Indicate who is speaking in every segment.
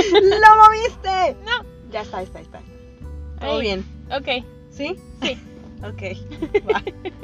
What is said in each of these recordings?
Speaker 1: ¡Lo moviste!
Speaker 2: No.
Speaker 1: Ya está. Todo
Speaker 2: Ahí.
Speaker 1: bien.
Speaker 2: Ok.
Speaker 1: ¿Sí?
Speaker 2: Sí.
Speaker 1: Ok. Va.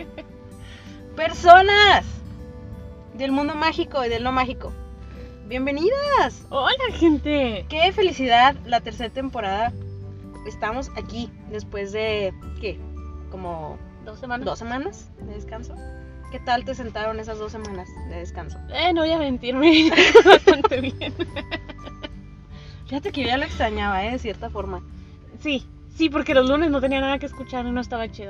Speaker 1: Personas del mundo mágico y del no mágico. Bienvenidas.
Speaker 2: Hola, gente.
Speaker 1: Qué felicidad, la tercera temporada. Estamos aquí después de, ¿qué? Como
Speaker 2: 2 semanas.
Speaker 1: 2 semanas de descanso. ¿Qué tal te sentaron esas 2 semanas de descanso?
Speaker 2: No voy a mentirme. Bastante bien.
Speaker 1: Fíjate que yo ya lo extrañaba, de cierta forma.
Speaker 2: Sí, porque los lunes no tenía nada que escuchar y no estaba chido.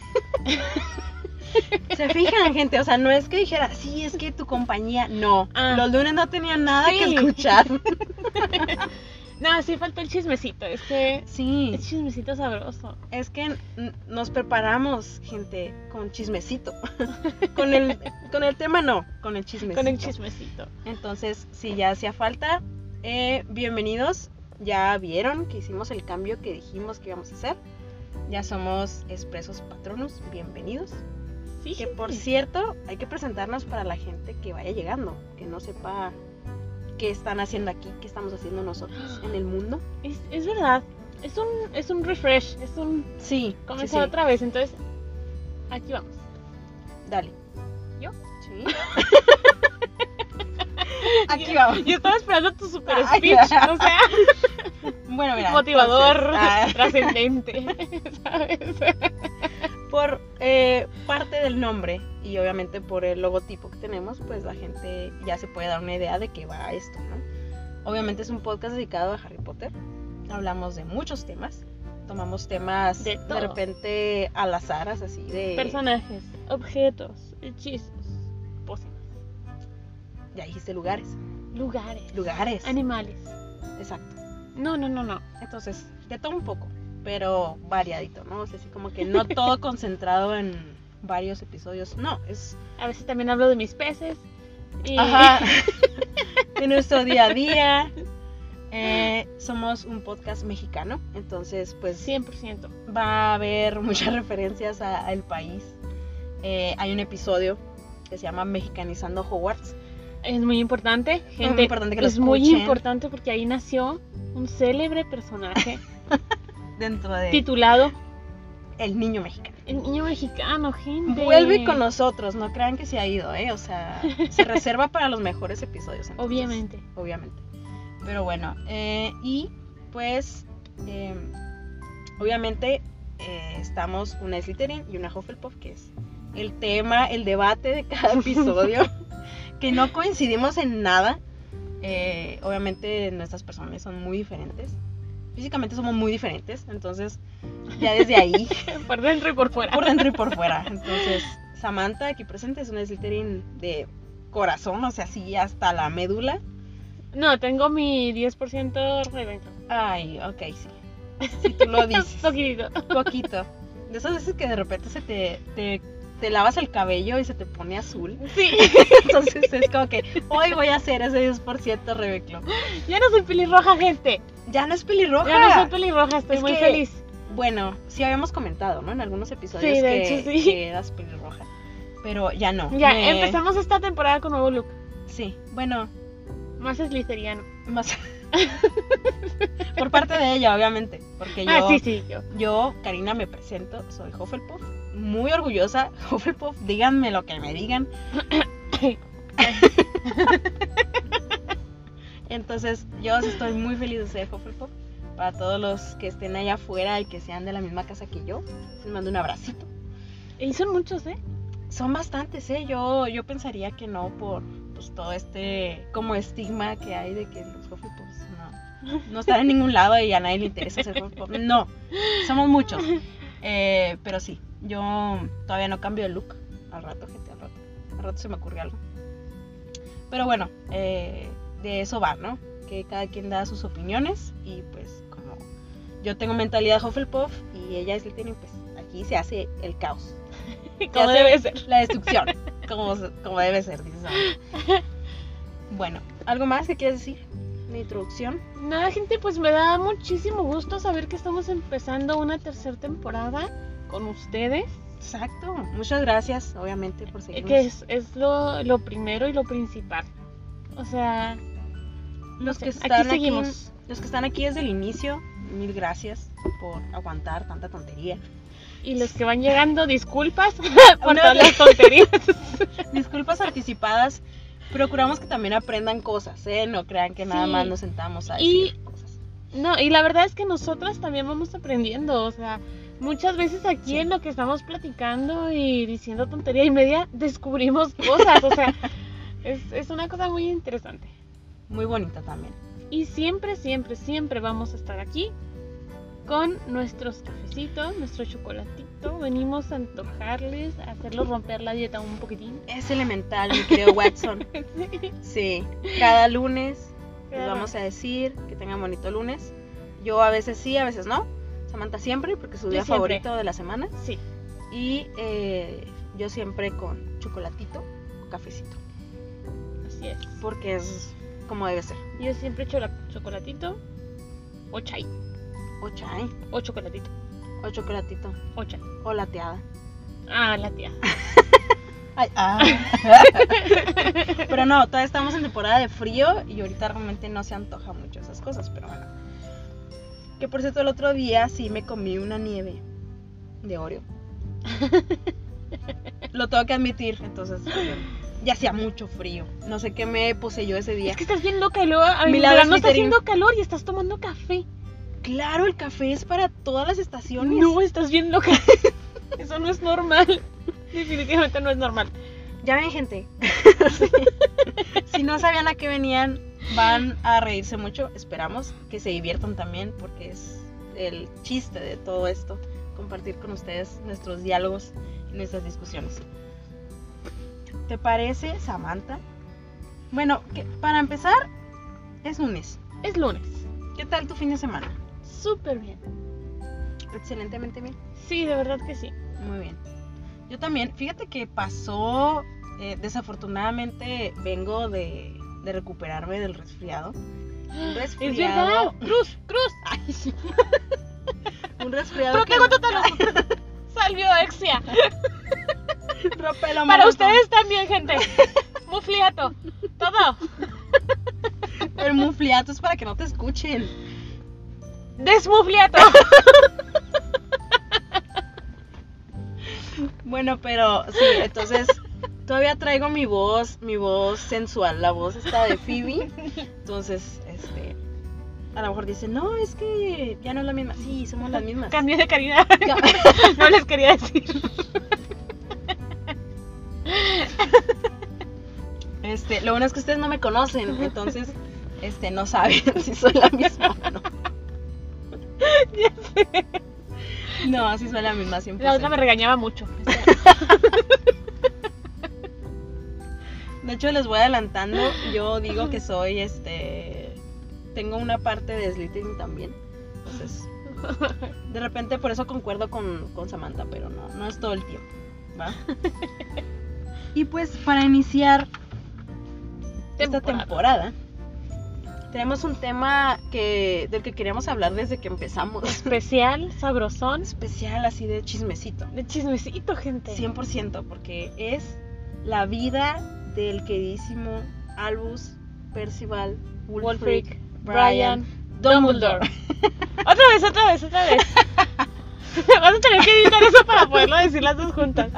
Speaker 1: Se fijan, gente, o sea, no es que dijera, sí, es que tu compañía, no. Los lunes no tenían nada
Speaker 2: Sí.
Speaker 1: que escuchar.
Speaker 2: No, sí faltó el chismecito. Es que
Speaker 1: Sí,
Speaker 2: es chismecito sabroso.
Speaker 1: es que nos preparamos, gente, con chismecito. Con el tema no, con el chismecito.
Speaker 2: Con el chismecito.
Speaker 1: Entonces, si ya hacía falta, bienvenidos. Ya vieron que hicimos el cambio que dijimos que íbamos a hacer. Ya somos Expresos Patronus, bienvenidos.
Speaker 2: Sí.
Speaker 1: Que por cierto, hay que presentarnos para la gente que vaya llegando, que no sepa qué están haciendo aquí, qué estamos haciendo nosotros en el mundo.
Speaker 2: Es verdad. Es un refresh. Es un
Speaker 1: Sí,
Speaker 2: comenzar
Speaker 1: sí.
Speaker 2: otra vez. Entonces, aquí vamos.
Speaker 1: Dale.
Speaker 2: ¿Yo?
Speaker 1: Sí. Aquí vamos.
Speaker 2: Yo estaba esperando tu super
Speaker 1: Ay,
Speaker 2: speech.
Speaker 1: ya.
Speaker 2: O sea,
Speaker 1: Bueno, mira.
Speaker 2: motivador,
Speaker 1: entonces,
Speaker 2: trascendente. ¿Sabes?
Speaker 1: por parte del nombre y obviamente por el logotipo que tenemos, pues la gente ya se puede dar una idea de qué va esto, ¿no? Obviamente es un podcast dedicado a Harry Potter. Hablamos de muchos temas. Tomamos temas
Speaker 2: De todo.
Speaker 1: repente al azar, así de...
Speaker 2: Personajes, objetos, hechizos, pócimas,
Speaker 1: Ya dijiste lugares.
Speaker 2: lugares, animales.
Speaker 1: Exacto.
Speaker 2: No.
Speaker 1: Entonces, de todo un poco, pero variadito, ¿no? O sea, así como que no todo concentrado en varios episodios. No, es...
Speaker 2: A veces también hablo de mis peces. Y...
Speaker 1: Ajá. De nuestro día a día. Somos un podcast mexicano, entonces pues
Speaker 2: 100%.
Speaker 1: va a haber muchas referencias al país. Hay un episodio que se llama Mexicanizando Hogwarts.
Speaker 2: Es muy importante, gente.
Speaker 1: Muy importante que lo
Speaker 2: es muy
Speaker 1: escuchen.
Speaker 2: importante porque ahí nació un célebre personaje
Speaker 1: Dentro de
Speaker 2: titulado
Speaker 1: El Niño Mexicano.
Speaker 2: El Niño Mexicano, gente.
Speaker 1: Vuelve con nosotros, no crean que se ha ido, o sea, se reserva para los mejores episodios. Entonces,
Speaker 2: Obviamente.
Speaker 1: Pero bueno, y pues obviamente estamos una Slytherin y una Hufflepuff, que es el tema, el debate de cada episodio, que no coincidimos en nada. Obviamente nuestras personas son muy diferentes, físicamente somos muy diferentes, entonces ya desde ahí,
Speaker 2: Por dentro y por fuera.
Speaker 1: por dentro y por fuera. Entonces Samantha aquí presente es una Slytherin de corazón, o sea, así hasta la médula.
Speaker 2: No, tengo mi 10% Ravenclaw.
Speaker 1: Ay, ok, sí. Si tú lo dices.
Speaker 2: Poquito.
Speaker 1: Poquito. De esas veces que de repente se te lavas el cabello y se te pone azul.
Speaker 2: Sí.
Speaker 1: Entonces es como que hoy voy a hacer ese 10% Ravenclaw.
Speaker 2: Ya no soy pelirroja, gente.
Speaker 1: Ya no es pelirroja.
Speaker 2: Ya no soy pelirroja, estoy
Speaker 1: Es
Speaker 2: muy
Speaker 1: que-
Speaker 2: feliz.
Speaker 1: Bueno, sí habíamos comentado, ¿no? En algunos episodios
Speaker 2: Sí, de
Speaker 1: que,
Speaker 2: hecho, sí.
Speaker 1: que eras pelirroja. Pero ya no.
Speaker 2: Ya, empezamos esta temporada con nuevo look.
Speaker 1: Sí, bueno,
Speaker 2: Más slytheriano.
Speaker 1: más... Por parte de ella, obviamente. Porque yo...
Speaker 2: Ah, sí, yo.
Speaker 1: Yo, Karina, me presento, soy Hufflepuff, muy orgullosa, Hufflepuff, díganme lo que me digan. Entonces, yo sí estoy muy feliz de ser Hufflepuff. Para todos los que estén allá afuera y que sean de la misma casa que yo, les mando un abracito.
Speaker 2: Y son muchos, ¿eh?
Speaker 1: Son bastantes, yo pensaría que no por pues, todo este como estigma que hay de que los Hufflepuffs no están en ningún lado y a nadie le interesa ser Hufflepuff. No, somos muchos. Pero sí, yo todavía no cambio de look. Al rato, gente, al rato se me ocurre algo. Pero bueno, de eso va, ¿no? Que cada quien da sus opiniones y pues como yo tengo mentalidad Hufflepuff y ella es Slytherin, pues aquí se hace el caos.
Speaker 2: Como
Speaker 1: Se hace
Speaker 2: debe ser.
Speaker 1: la destrucción, como debe ser, dice Samantha. Bueno, ¿algo más que quieres decir? ¿Una introducción?
Speaker 2: Nada, gente, pues me da muchísimo gusto saber que estamos empezando una tercera temporada con ustedes.
Speaker 1: Exacto, muchas gracias, obviamente, por seguirnos.
Speaker 2: Que es lo primero y lo principal. O sea,
Speaker 1: Los que
Speaker 2: aquí
Speaker 1: están aquí,
Speaker 2: seguimos.
Speaker 1: los que están aquí desde el inicio, mil gracias por aguantar tanta tontería.
Speaker 2: Y los que van llegando, disculpas por
Speaker 1: Una
Speaker 2: todas
Speaker 1: vez-
Speaker 2: las tonterías.
Speaker 1: Disculpas anticipadas. Procuramos que también aprendan cosas, ¿eh? No crean que nada
Speaker 2: Sí.
Speaker 1: más nos sentamos a
Speaker 2: Y-
Speaker 1: decir cosas.
Speaker 2: No, y la verdad es que nosotras también vamos aprendiendo, o sea, muchas veces aquí
Speaker 1: Sí.
Speaker 2: en lo que estamos platicando y diciendo tontería y media, descubrimos cosas, o sea, es una cosa muy interesante.
Speaker 1: Muy bonita también.
Speaker 2: Y siempre, siempre, siempre vamos a estar aquí con nuestros cafecitos, nuestro chocolatito, venimos a antojarles, a hacerlos romper la dieta un poquitín.
Speaker 1: Es elemental, mi querido Watson. Sí, cada lunes les
Speaker 2: Claro.
Speaker 1: vamos a decir que tengan bonito lunes. Yo a veces sí, a veces no. Samantha siempre, porque es su
Speaker 2: Yo
Speaker 1: día
Speaker 2: siempre.
Speaker 1: favorito de la semana.
Speaker 2: Sí,
Speaker 1: Y yo siempre con chocolatito o cafecito,
Speaker 2: así es.
Speaker 1: porque es como debe ser.
Speaker 2: Yo siempre echo chocolatito o chai,
Speaker 1: O chai,
Speaker 2: o chocolatito,
Speaker 1: o chocolatito,
Speaker 2: o chai.
Speaker 1: o lateada.
Speaker 2: Ah, la tía.
Speaker 1: Ay, Pero no, todavía estamos en temporada de frío y ahorita realmente no se antoja mucho esas cosas, pero bueno. Que por cierto, el otro día sí me comí una nieve de Oreo. Lo tengo que admitir, entonces ya hacía mucho frío. No sé qué me poseyó ese día.
Speaker 2: Es que estás bien loca y luego en
Speaker 1: Milagros
Speaker 2: verano está
Speaker 1: Slytherin.
Speaker 2: haciendo calor y estás tomando café.
Speaker 1: Claro, el café es para todas las estaciones.
Speaker 2: No, estás bien loca. Eso no es normal. Definitivamente no es normal.
Speaker 1: Ya ven, gente. Si no sabían a qué venían, van a reírse mucho. Esperamos que se diviertan también, porque es el chiste de todo esto, compartir con ustedes nuestros diálogos y nuestras discusiones. ¿Te parece, Samantha? Bueno, para empezar, es lunes.
Speaker 2: Es lunes.
Speaker 1: ¿Qué tal tu fin de semana?
Speaker 2: Súper bien.
Speaker 1: Excelentemente bien.
Speaker 2: Sí, de verdad que sí.
Speaker 1: Muy bien. Yo también, fíjate que pasó, desafortunadamente vengo de recuperarme del resfriado. Un
Speaker 2: Es
Speaker 1: resfriado.
Speaker 2: verdad. Cruz, cruz. Ay, sí.
Speaker 1: Un resfriado que
Speaker 2: Protego total. Salvioexia.
Speaker 1: rompe la
Speaker 2: Para
Speaker 1: mano.
Speaker 2: ustedes también, gente. Mufliato. Todo.
Speaker 1: El mufliato es para que no te escuchen.
Speaker 2: Desmufliato.
Speaker 1: Bueno, pero sí, entonces todavía traigo mi voz sensual, la voz esta de Phoebe. Entonces, a lo mejor dicen, no, es que ya no es la misma. Sí, somos las mismas.
Speaker 2: Cambié de calidad.
Speaker 1: Ya.
Speaker 2: No les quería decir.
Speaker 1: Lo bueno es que ustedes no me conocen, entonces, no saben si soy la misma o no. No, sí soy la misma, 100%.
Speaker 2: La otra me regañaba mucho.
Speaker 1: De hecho, les voy adelantando, yo digo que soy, tengo una parte de Slytherin también, entonces, de repente por eso concuerdo con Samantha, pero no es todo el tiempo, ¿va? Y pues, para iniciar esta temporada, tenemos un tema del que queríamos hablar desde que empezamos.
Speaker 2: Especial, sabrosón,
Speaker 1: Especial, así de chismecito.
Speaker 2: de chismecito, gente.
Speaker 1: 100%, porque es la vida del queridísimo Albus Percival
Speaker 2: Wulfric,
Speaker 1: Brian
Speaker 2: Brian, Dumbledore. Otra vez. Vas a tener que editar eso para poderlo decir las dos juntas.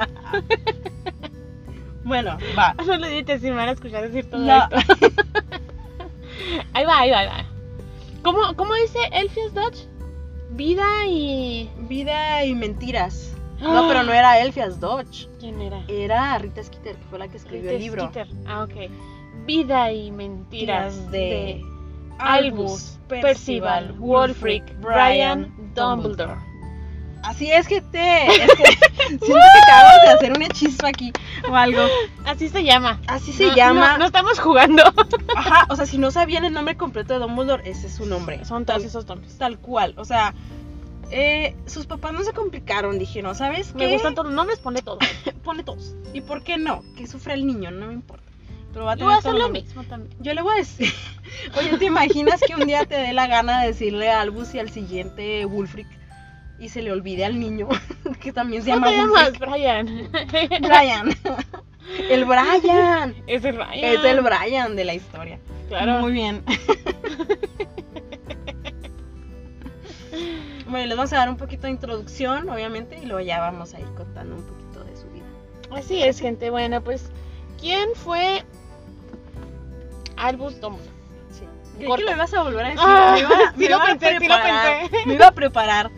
Speaker 1: Bueno, va.
Speaker 2: No lo edites si me van a escuchar decir todo
Speaker 1: No.
Speaker 2: esto. Ahí va. ¿Cómo dice Elphias Dodge? Vida y...
Speaker 1: Vida y mentiras. No, pero no era Elphias Dodge.
Speaker 2: ¿Quién era?
Speaker 1: Era Rita Skeeter, que fue la que escribió el
Speaker 2: Rita
Speaker 1: libro.
Speaker 2: Skeeter. Ah, ok. Vida y mentiras
Speaker 1: Tiras
Speaker 2: de Albus Percival Wulfric Brian Dumbledore.
Speaker 1: Así es, gente. Es que siento que acabamos de hacer un hechizo aquí o algo.
Speaker 2: Así se llama.
Speaker 1: Así se
Speaker 2: No,
Speaker 1: llama.
Speaker 2: No estamos jugando.
Speaker 1: Ajá, o sea, si no sabían el nombre completo de Dumbledore, ese es su nombre.
Speaker 2: Son todos esos nombres.
Speaker 1: Tal cual. O sea, sus papás no se complicaron. Dijeron, ¿sabes qué?
Speaker 2: Me gustan todos los nombres, ponle todo.
Speaker 1: Ponle todos. ¿Y por qué no? Que sufra el niño, no me importa. Pero va a
Speaker 2: Yo
Speaker 1: tener
Speaker 2: voy a hacer
Speaker 1: todo
Speaker 2: lo
Speaker 1: nombre.
Speaker 2: mismo también.
Speaker 1: Yo le voy a decir. Oye, ¿te imaginas que un día te dé la gana de decirle a Albus y al siguiente Wulfric y se le olvide al niño que también se
Speaker 2: ¿Cómo
Speaker 1: llama
Speaker 2: te llamas?
Speaker 1: Wulfric?
Speaker 2: Brian.
Speaker 1: Brian. El Brian.
Speaker 2: Es el Brian.
Speaker 1: Es el Brian de la historia.
Speaker 2: claro.
Speaker 1: Muy bien. Bueno, les vamos a dar un poquito de introducción, obviamente, y luego ya vamos a ir contando un poquito de su vida.
Speaker 2: Así es, gente. Bueno, pues, ¿quién fue Albus Dumbledore?
Speaker 1: Sí. Creí
Speaker 2: Corto.
Speaker 1: que me vas a volver a decir.
Speaker 2: Ah,
Speaker 1: me
Speaker 2: sí lo pensé.
Speaker 1: Me iba a preparar.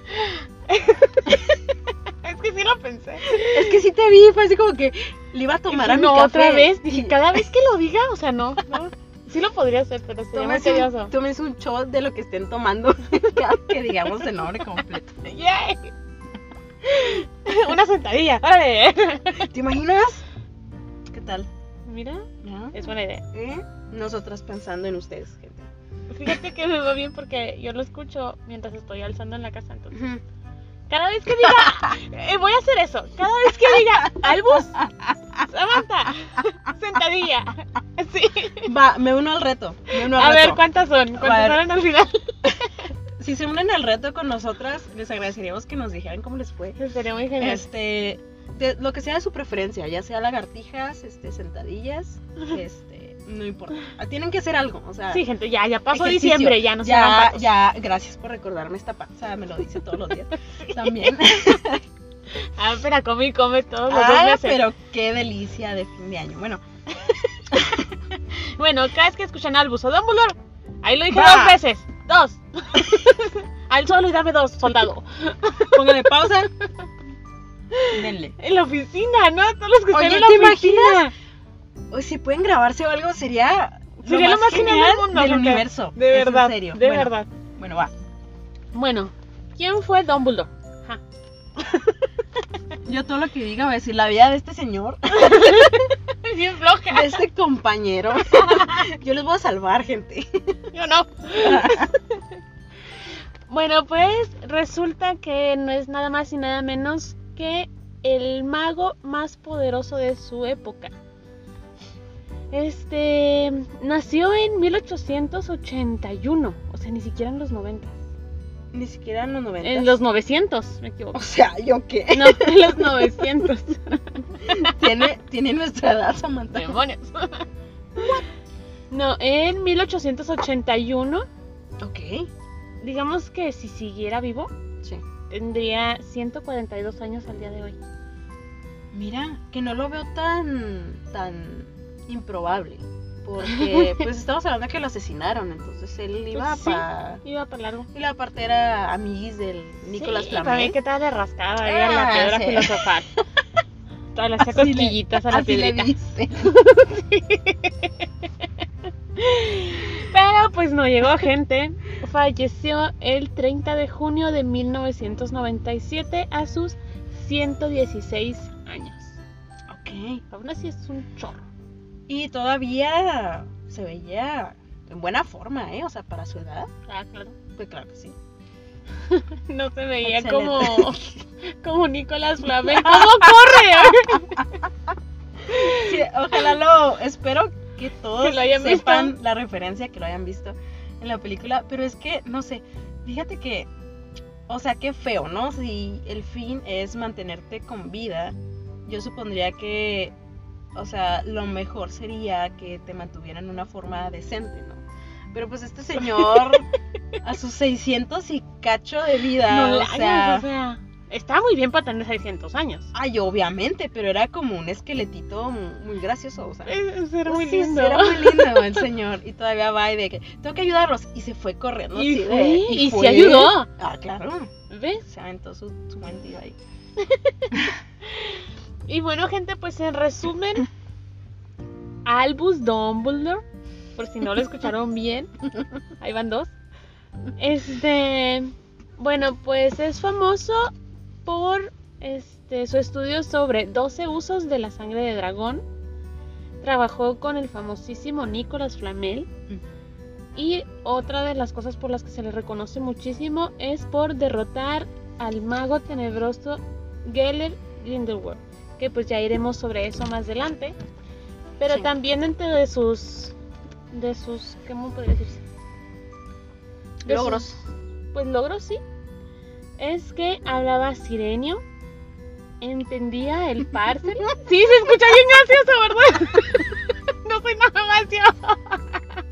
Speaker 2: Es que sí lo pensé.
Speaker 1: Es que sí te vi, fue así como que le iba a tomar a mi
Speaker 2: No,
Speaker 1: café.
Speaker 2: otra vez. Dije,
Speaker 1: y
Speaker 2: cada vez que lo diga, o sea, no. Sí lo podría hacer, pero sería muy tedioso.
Speaker 1: Tomes un shot de lo que estén tomando cada que digamos el nombre completo.
Speaker 2: ¡Yay! Una sentadilla. ¡Órale!
Speaker 1: ¿Te imaginas? ¿Qué tal?
Speaker 2: Mira,
Speaker 1: ¿Ya?
Speaker 2: es buena idea.
Speaker 1: Nosotras pensando en ustedes, gente.
Speaker 2: Fíjate que me va bien porque yo lo escucho mientras estoy alzando en la casa, entonces. Cada vez que diga, voy a hacer eso. Cada vez que diga, Albus, Samantha, sentadilla. Sí.
Speaker 1: Va, me uno al reto.
Speaker 2: A ver, ¿cuántas son? ¿Cuántas
Speaker 1: ver.
Speaker 2: eran al final?
Speaker 1: Si se unen al reto con nosotras, les agradeceríamos que nos dijeran cómo les fue.
Speaker 2: Sería muy genial.
Speaker 1: De lo que sea de su preferencia, ya sea lagartijas, sentadillas, no importa. Tienen que hacer algo, o sea.
Speaker 2: Sí, gente, ya pasó
Speaker 1: ejercicio.
Speaker 2: diciembre, ya no se hagan pacos.
Speaker 1: Ya, gracias por recordarme esta panza, me lo dice todos los días. También.
Speaker 2: Ah, pero come todos los 2 meses.
Speaker 1: Pero qué delicia de fin de año.
Speaker 2: Bueno, cada vez que escuchan Albus o Dumbledore, ahí lo dije
Speaker 1: Va.
Speaker 2: 2 veces. 2. Al solo y dame 2, soldado.
Speaker 1: Póngale pausa. Denle.
Speaker 2: En la oficina, ¿no? Todos los que
Speaker 1: Oye,
Speaker 2: están en la
Speaker 1: ¿te
Speaker 2: oficina.
Speaker 1: imaginas? Oye, si pueden grabarse o algo, sería
Speaker 2: Sería lo más genial del mundo,
Speaker 1: del
Speaker 2: gente.
Speaker 1: universo.
Speaker 2: De
Speaker 1: Es
Speaker 2: verdad,
Speaker 1: en serio.
Speaker 2: de
Speaker 1: Bueno,
Speaker 2: verdad.
Speaker 1: Bueno, va.
Speaker 2: Bueno, ¿quién fue Dumbledore? Ja.
Speaker 1: Yo todo lo que diga voy a decir la vida de este señor,
Speaker 2: Bien floja.
Speaker 1: de este compañero. Yo les voy a salvar, gente.
Speaker 2: Yo no. Bueno, pues resulta que no es nada más y nada menos que el mago más poderoso de su época. Nació en 1881, o sea, ni siquiera en los 90.
Speaker 1: Ni siquiera en los 90.
Speaker 2: En los 900, me equivoco.
Speaker 1: O sea, ¿yo qué?
Speaker 2: No, en los 900.
Speaker 1: Tiene nuestra edad, Samantha.
Speaker 2: Demonios. No, en 1881,
Speaker 1: Ok.
Speaker 2: digamos que si siguiera vivo,
Speaker 1: Sí.
Speaker 2: tendría 142 años al día de hoy.
Speaker 1: Mira, que no lo veo tan improbable. Porque, pues, estamos hablando de que lo asesinaron. Entonces, él iba
Speaker 2: Sí,
Speaker 1: para...
Speaker 2: iba para largo.
Speaker 1: Y la parte era amiguis del Nicolás
Speaker 2: Sí,
Speaker 1: Flamel.
Speaker 2: también que tal de rascada ahí en la
Speaker 1: Ah,
Speaker 2: piedra
Speaker 1: sí.
Speaker 2: filosofal. Todas las
Speaker 1: Así le-
Speaker 2: cosquillitas a la
Speaker 1: así le
Speaker 2: piedrita.
Speaker 1: dice.
Speaker 2: Pero pues no llegó gente. Falleció el 30 de junio de 1997 a sus 116 años.
Speaker 1: Ok.
Speaker 2: Aún así es un chorro.
Speaker 1: Y todavía se veía en buena forma, ¿eh? O sea, para su edad.
Speaker 2: Ah, claro.
Speaker 1: Pues claro que sí.
Speaker 2: No se veía
Speaker 1: Excelente.
Speaker 2: como Nicolás Flamel. ¿Cómo corre?
Speaker 1: Sí, ojalá espero que todos
Speaker 2: Que lo hayan
Speaker 1: sepan
Speaker 2: visto.
Speaker 1: la referencia, que lo hayan visto en la película. Pero es que, no sé, fíjate que, o sea, qué feo, ¿no? Si el fin es mantenerte con vida, yo supondría que, o sea, lo mejor sería que te mantuvieran en una forma decente, ¿no? Pero pues este señor, a sus 600 y cacho de vida,
Speaker 2: No,
Speaker 1: o sea...
Speaker 2: está muy bien para tener 600 años.
Speaker 1: Ay, obviamente, pero era como un esqueletito muy gracioso, o sea...
Speaker 2: Era
Speaker 1: Pues
Speaker 2: muy
Speaker 1: sí,
Speaker 2: lindo.
Speaker 1: era muy lindo el señor. Y todavía va y de que tengo que ayudarlos. Y se fue corriendo.
Speaker 2: Y
Speaker 1: así
Speaker 2: fue,
Speaker 1: de,
Speaker 2: y
Speaker 1: fue.
Speaker 2: se ayudó.
Speaker 1: Ah, claro.
Speaker 2: ¿Ves?
Speaker 1: Se aventó su buen tío ahí.
Speaker 2: Y bueno, gente, pues en resumen, Albus Dumbledore, por si no lo escucharon bien, ahí van 2. Bueno, pues es famoso por su estudio sobre 12 usos de la sangre de dragón. Trabajó con el famosísimo Nicolás Flamel. Y otra de las cosas por las que se le reconoce muchísimo es por derrotar al mago tenebroso Gellert Grindelwald, que pues ya iremos sobre eso más adelante. Pero
Speaker 1: Sí.
Speaker 2: también entre de sus ¿cómo podría decirse? De
Speaker 1: Logros.
Speaker 2: pues logros, sí. Es que hablaba sirenio, entendía el parcel. Sí, se escucha bien gracioso, ¿verdad? No soy nada más yo.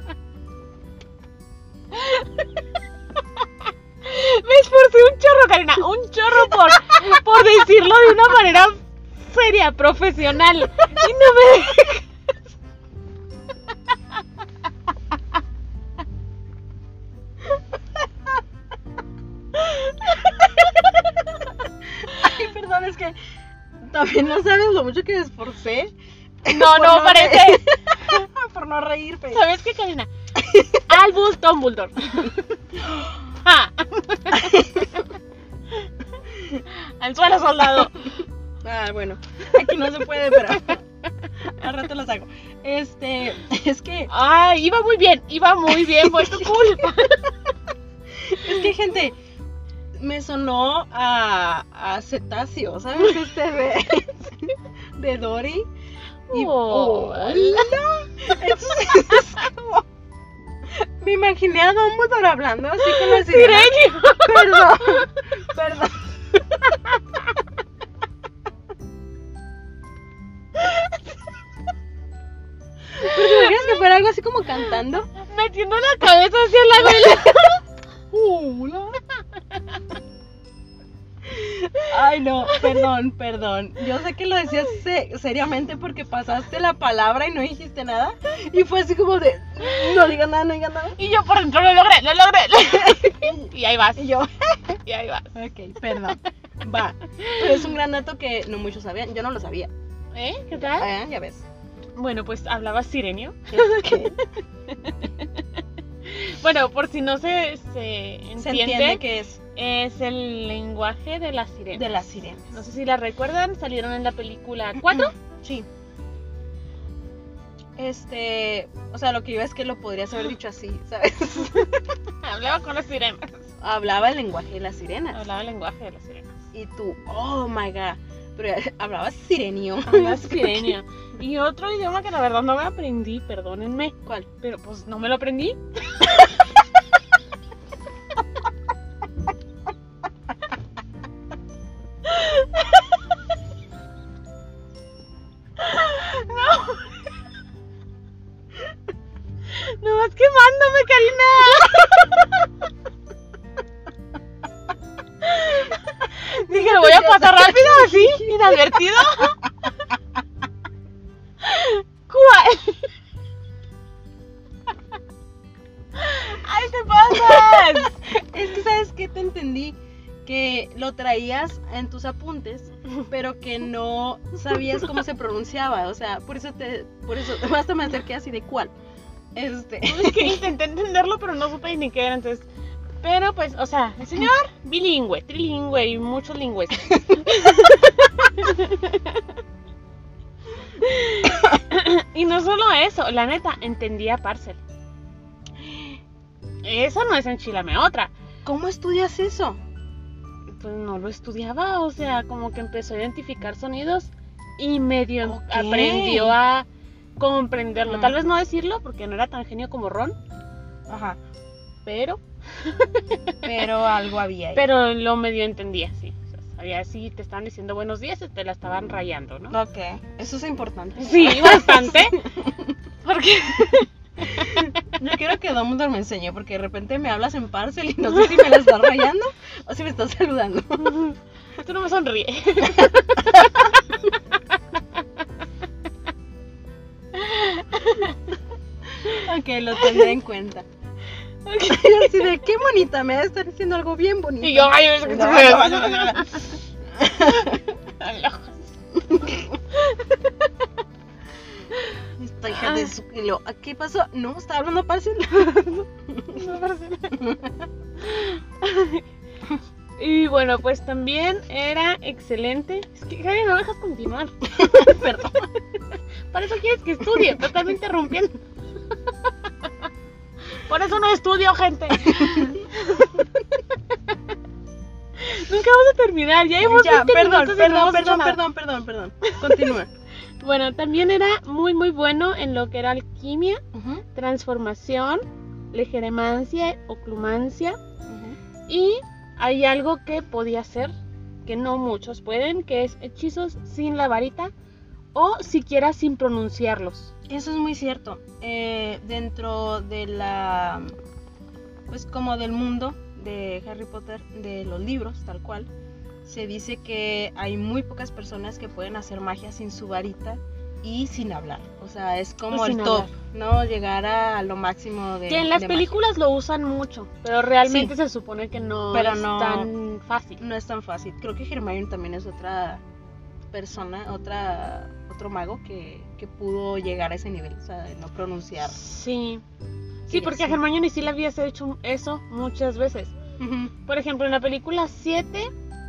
Speaker 2: Karina, profesional. Y no me dejas.
Speaker 1: Ay, perdón, es que también no sabes lo mucho que me esforcé.
Speaker 2: No,
Speaker 1: por
Speaker 2: no, parece.
Speaker 1: Por no reírte.
Speaker 2: ¿Sabes qué, Karina? Albus Dumbledore. Ah. Al suelo, soldado.
Speaker 1: Ah, bueno, aquí no se puede, pero al rato lo saco. Es que,
Speaker 2: Ay, iba muy bien, fue tu culpa.
Speaker 1: es que, gente, me sonó a cetáceo, ¿sabes? De Dory. Y
Speaker 2: Hola.
Speaker 1: Entonces, es como, me imaginé a Dumbledore hablando así con la sirena.
Speaker 2: Sirenio.
Speaker 1: Perdón. ¿Pero te imaginas que fuera algo así como cantando?
Speaker 2: Metiendo la cabeza hacia la vela.
Speaker 1: Ay, no, perdón. Yo sé que lo decías seriamente porque pasaste la palabra y no dijiste nada. Y fue así como de, no digas nada.
Speaker 2: Y yo por dentro lo logré. Y ahí vas.
Speaker 1: Y yo,
Speaker 2: Ok.
Speaker 1: perdón. Va. Pero es un gran dato que no muchos sabían. Yo no lo sabía.
Speaker 2: ¿Qué tal?
Speaker 1: Ya ves.
Speaker 2: Bueno, pues hablaba sirenio.
Speaker 1: ¿Qué?
Speaker 2: Bueno, por si no se entiende,
Speaker 1: Se entiende que es
Speaker 2: el lenguaje de las sirenas.
Speaker 1: de las sirenas.
Speaker 2: No sé si la recuerdan, salieron en la película 4.
Speaker 1: Sí. O sea, lo que iba es que lo podrías haber dicho así, ¿sabes?
Speaker 2: Hablaba con las sirenas.
Speaker 1: Hablaba el lenguaje de las sirenas.
Speaker 2: Hablaba el lenguaje de las sirenas.
Speaker 1: Y tú, oh my god. Pero hablabas sirenio.
Speaker 2: Hablaba sirenio. Y otro idioma que la verdad no me aprendí, perdónenme.
Speaker 1: ¿Cuál?
Speaker 2: Pero pues no me lo aprendí. No vas quemándome, Karina. Dije, lo voy a pasar rápido así, inadvertido. ¿Cuál? ¡Ay, te pasas!
Speaker 1: Es que, ¿sabes qué? Te entendí que lo traías en tus apuntes, pero que no sabías cómo se pronunciaba. O sea, por eso hasta me acerqué así de cuál.
Speaker 2: Es que intenté entenderlo, pero no supe ni qué era, entonces. Pero pues, o sea, el señor bilingüe, trilingüe y muchos lingües. Y no solo eso, la neta, entendía Parcel. Eso no es enchilame otra.
Speaker 1: ¿Cómo estudias eso?
Speaker 2: Pues no lo estudiaba, o sea, como que empezó a identificar sonidos y medio
Speaker 1: Ok.
Speaker 2: aprendió a comprenderlo.
Speaker 1: Mm.
Speaker 2: Tal vez no decirlo porque no era tan genio como Ron,
Speaker 1: Ajá.
Speaker 2: pero
Speaker 1: Pero algo había ahí.
Speaker 2: Pero lo medio entendía, sí. O sea, sabía si te estaban diciendo buenos días, te la estaban rayando, ¿no?
Speaker 1: Ok, eso es importante.
Speaker 2: Sí, bastante. Porque
Speaker 1: Yo quiero que Dumbledore me enseñe, porque de repente me hablas en Parcel y no sé si me la estás rayando o si me estás saludando.
Speaker 2: tú no me sonríes.
Speaker 1: Ok, lo tendré en cuenta. Yo así de, qué bonita, me debe estar diciendo algo bien bonito.
Speaker 2: Y yo, ay,
Speaker 1: Esta hija de su... y lo, ¿qué pasó? No, estaba hablando Parcel.
Speaker 2: Y bueno, pues también era excelente. Es que, Javi, no me dejas continuar.
Speaker 1: Perdón.
Speaker 2: Para eso quieres que estudie, te estás interrumpiendo. Por eso no estudio, gente. Nunca vamos a terminar, ya hemos
Speaker 1: Ya,
Speaker 2: 20 minutos y no hemos hecho nada.
Speaker 1: perdón. Continúa.
Speaker 2: Bueno, también era muy muy bueno en lo que era alquimia, transformación, legeremancia, oclumancia. Y hay algo que podía hacer, que no muchos pueden, que es hechizos sin la varita o siquiera sin pronunciarlos.
Speaker 1: Eso es muy cierto. Dentro de la... pues como del mundo de Harry Potter, de los libros, tal cual, se dice que hay muy pocas personas que pueden hacer magia sin su varita y sin hablar. O sea, es como el top, ¿no? Llegar a lo máximo de.
Speaker 2: Que en las películas lo usan mucho, pero realmente se supone que no es tan fácil.
Speaker 1: No es tan fácil. Creo que Hermione también es otra persona, otro mago que pudo llegar a ese nivel, o sea, de no pronunciar.
Speaker 2: Sí, porque a Hermione sí le habías hecho eso muchas veces. Por ejemplo, en la película 7,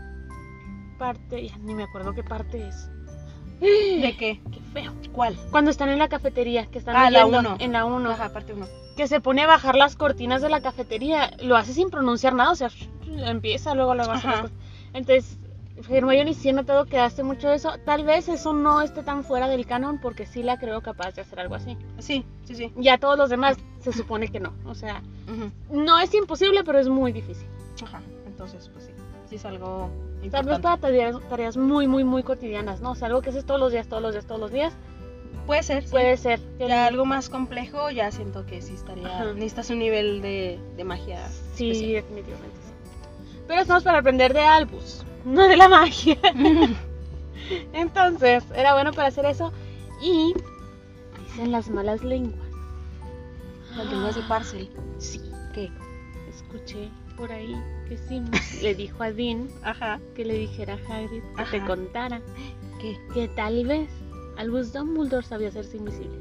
Speaker 2: ya ni me acuerdo qué parte es.
Speaker 1: ¿De qué?
Speaker 2: Qué feo.
Speaker 1: ¿Cuál?
Speaker 2: Cuando están en la cafetería, que están
Speaker 1: la
Speaker 2: leyendo
Speaker 1: 1.
Speaker 2: en la 1.
Speaker 1: Ajá, parte 1.
Speaker 2: Que se pone a bajar las cortinas de la cafetería, lo hace sin pronunciar nada, o sea, empieza luego a hacer las cosas. Entonces, Hermione sí he notado que hace mucho de eso. Tal vez eso no esté tan fuera del canon, porque sí la creo capaz de hacer algo así.
Speaker 1: Sí.
Speaker 2: Ya todos los demás se supone que no, o sea, no es imposible, pero es muy difícil.
Speaker 1: Ajá, entonces pues sí es algo importante.
Speaker 2: Tal vez para tareas muy, muy, muy cotidianas, ¿no? O sea, algo que haces todos los días.
Speaker 1: Puede ser.
Speaker 2: Puede ser.
Speaker 1: Ya algo más complejo, ya siento que sí estaría. Necesitas un nivel de magia.
Speaker 2: Sí,
Speaker 1: especial.
Speaker 2: definitivamente sí. Pero estamos para aprender de Albus, no de la magia. Entonces, era bueno para hacer eso. Y dicen las malas lenguas.
Speaker 1: Las lenguas de Parcel.
Speaker 2: Sí.
Speaker 1: ¿Qué?
Speaker 2: Escuché por ahí que Simus le dijo a Dean que le dijera a Hagrid que te contara que tal vez Albus Dumbledore sabía hacerse invisible.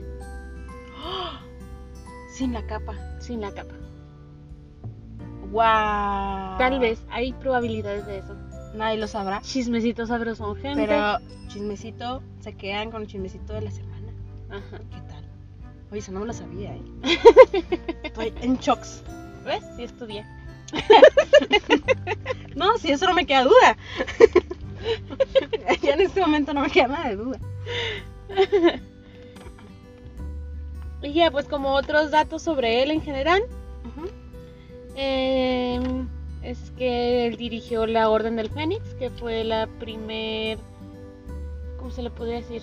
Speaker 1: Sin la capa. ¡Wow!
Speaker 2: Tal vez, hay probabilidades de eso.
Speaker 1: Nadie lo sabrá.
Speaker 2: Chismecito sabroso, gente.
Speaker 1: Pero chismecito, se quedan con el chismecito de la semana.
Speaker 2: Ajá.
Speaker 1: ¿Qué tal? Oye, eso no me lo sabía, Estoy en shocks.
Speaker 2: ¿Ves? Sí estudié.
Speaker 1: No, si eso no me queda duda. Ya en este momento no me queda nada de duda.
Speaker 2: Y ya, pues como otros datos sobre él en general, es que él dirigió la Orden del Fénix, que fue la primer, ¿cómo se le podría decir?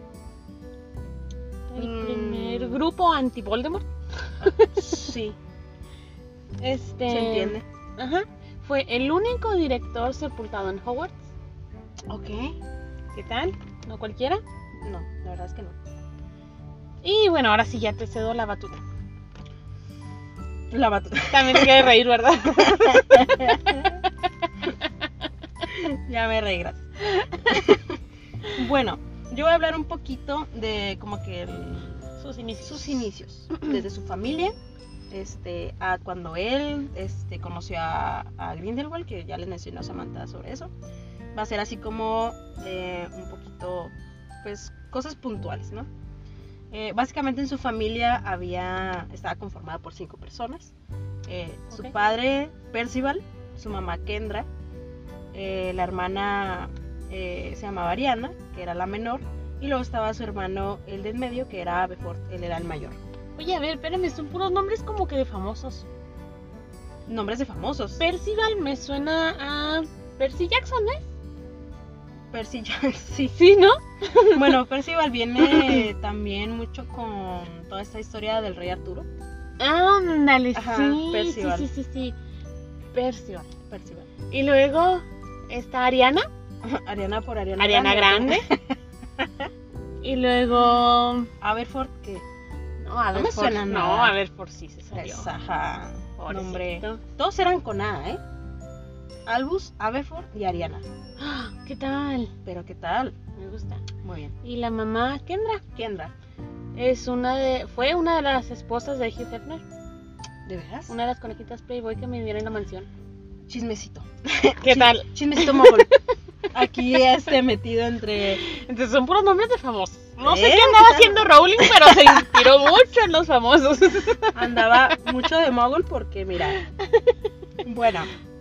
Speaker 2: El primer grupo anti-Voldemort.
Speaker 1: Sí.
Speaker 2: Se
Speaker 1: entiende.
Speaker 2: Fue el único director sepultado en Hogwarts.
Speaker 1: Ok.
Speaker 2: ¿Qué tal? ¿No cualquiera?
Speaker 1: No, la verdad es que no.
Speaker 2: Y bueno, ahora sí ya te cedo la batuta.
Speaker 1: También
Speaker 2: te quieres reír, ¿verdad?
Speaker 1: Ya me reí, gracias. Bueno, yo voy a hablar un poquito de como que sus inicios. Desde su familia, a cuando él conoció a Grindelwald, que ya les mencionó Samantha sobre eso. Va a ser así como un poquito, pues, cosas puntuales, ¿no? Básicamente en su familia estaba conformada por 5 personas. Su padre, Percival, su mamá, Kendra, la hermana se llamaba Ariana, que era la menor, y luego estaba su hermano, el de en medio, que era Aberforth, él era el mayor.
Speaker 2: Oye, a ver, espérame, son puros nombres como que de famosos.
Speaker 1: Nombres de famosos.
Speaker 2: Percival me suena a Percy Jackson, ¿eh?
Speaker 1: Percy Jackson, sí.
Speaker 2: Sí, ¿no?
Speaker 1: Bueno, Percival viene también mucho con toda esta historia del rey Arturo.
Speaker 2: Ándale,
Speaker 1: sí.
Speaker 2: Percival. Sí. Percival. Y luego está Ariana.
Speaker 1: Ariana por Ariana.
Speaker 2: Ariana Grande. Y luego
Speaker 1: Aberforth, que
Speaker 2: no, Aberforth,
Speaker 1: no me suena nada.
Speaker 2: No, Aberforth sí se salió.
Speaker 1: Nombre. Todos eran con A, Albus, Aberforth y Ariana.
Speaker 2: ¿Qué tal?
Speaker 1: Pero ¿qué tal?
Speaker 2: Me gusta.
Speaker 1: Muy bien.
Speaker 2: Y la mamá, Kendra. Fue una de las esposas de Hugh Hefner.
Speaker 1: ¿De veras?
Speaker 2: Una de las conejitas Playboy que me dieron en la mansión.
Speaker 1: Chismecito.
Speaker 2: ¿Qué tal?
Speaker 1: Chismecito mogol. Aquí metido entre...
Speaker 2: Entonces son puros nombres de famosos. No sé qué andaba haciendo Rowling, pero se inspiró mucho en los famosos.
Speaker 1: Andaba mucho de mogul porque, mira... Bueno,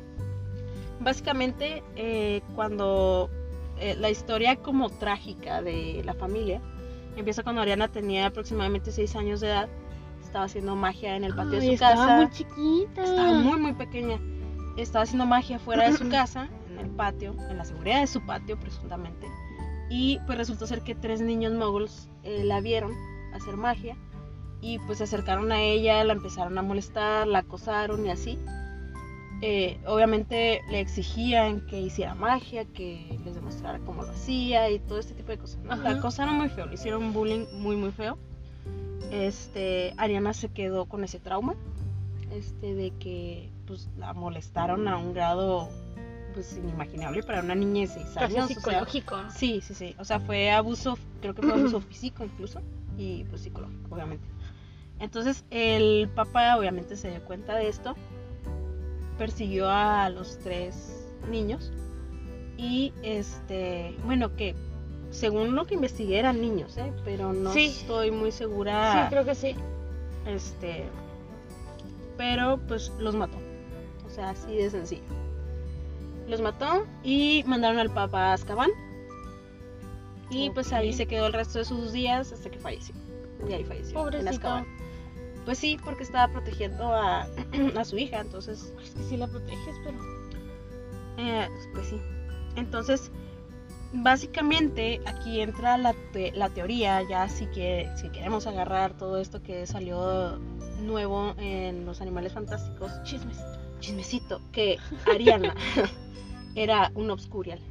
Speaker 1: básicamente cuando la historia como trágica de la familia empieza cuando Ariana tenía aproximadamente 6 años de edad. Estaba haciendo magia en el patio de su casa.
Speaker 2: Estaba muy chiquita.
Speaker 1: Estaba muy, muy pequeña. Estaba haciendo magia fuera de su casa, en el patio, en la seguridad de su patio, presuntamente. Y pues resultó ser que 3 niños muggles la vieron hacer magia. Y pues se acercaron a ella, la empezaron a molestar, la acosaron y así. obviamente le exigían que hiciera magia, que les demostrara cómo lo hacía y todo este tipo de cosas, ¿no? La cosa era muy feo, le hicieron bullying muy muy feo. Ariana se quedó con ese trauma, de que pues la molestaron a un grado pues inimaginable para una niña de 6 años.
Speaker 2: Casi psicológico.
Speaker 1: O sea, sí, o sea, fue abuso, creo que fue abuso físico incluso, y pues psicológico, obviamente. Entonces el papá obviamente se dio cuenta de esto, persiguió a los 3 niños y bueno, que según lo que investigué eran niños, pero no estoy muy segura.
Speaker 2: Sí, creo que sí.
Speaker 1: Pero pues los mató, o sea, así de sencillo. Los mató y mandaron al papá a Azkaban y pues ahí se quedó el resto de sus días hasta que falleció. Y ahí falleció.
Speaker 2: Pobrecito.
Speaker 1: En Azkaban. Pues sí, porque estaba protegiendo a su hija, entonces...
Speaker 2: Es que sí la proteges, pero...
Speaker 1: pues sí. Entonces, básicamente aquí entra la teoría, ya si queremos agarrar todo esto que salió nuevo en Los Animales Fantásticos. Chismecito, que Ariana era un Obscurial.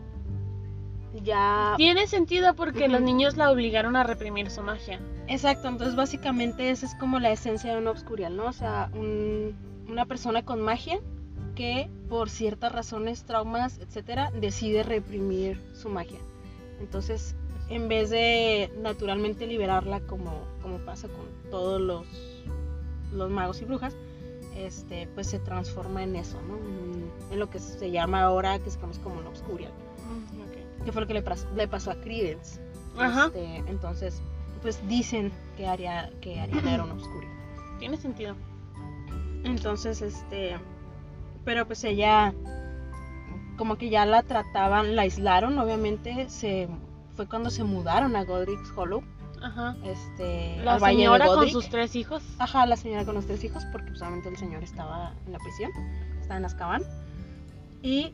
Speaker 1: Ya...
Speaker 2: Tiene sentido porque los niños la obligaron a reprimir su magia.
Speaker 1: Exacto, entonces básicamente esa es como la esencia de un Obscurial, ¿no? O sea, una persona con magia que por ciertas razones, traumas, etcétera, decide reprimir su magia. Entonces, en vez de naturalmente liberarla como pasa con todos los magos y brujas, pues se transforma en eso, ¿no? En lo que se llama ahora, que se conoce como un Obscurial. Que fue lo que le pasó a Credence.
Speaker 2: Ajá.
Speaker 1: Entonces, pues dicen que Ariana era un Obscurial.
Speaker 2: Tiene sentido.
Speaker 1: Entonces, pero pues ella, como que ya la trataban, la aislaron, obviamente, fue cuando se mudaron a Godric's Hollow.
Speaker 2: Ajá.
Speaker 1: La al Valle
Speaker 2: señora
Speaker 1: de
Speaker 2: con
Speaker 1: Godric.
Speaker 2: sus 3 hijos.
Speaker 1: Ajá, la señora con los 3 hijos, porque pues obviamente el señor estaba en la prisión, estaba en Azkaban. Y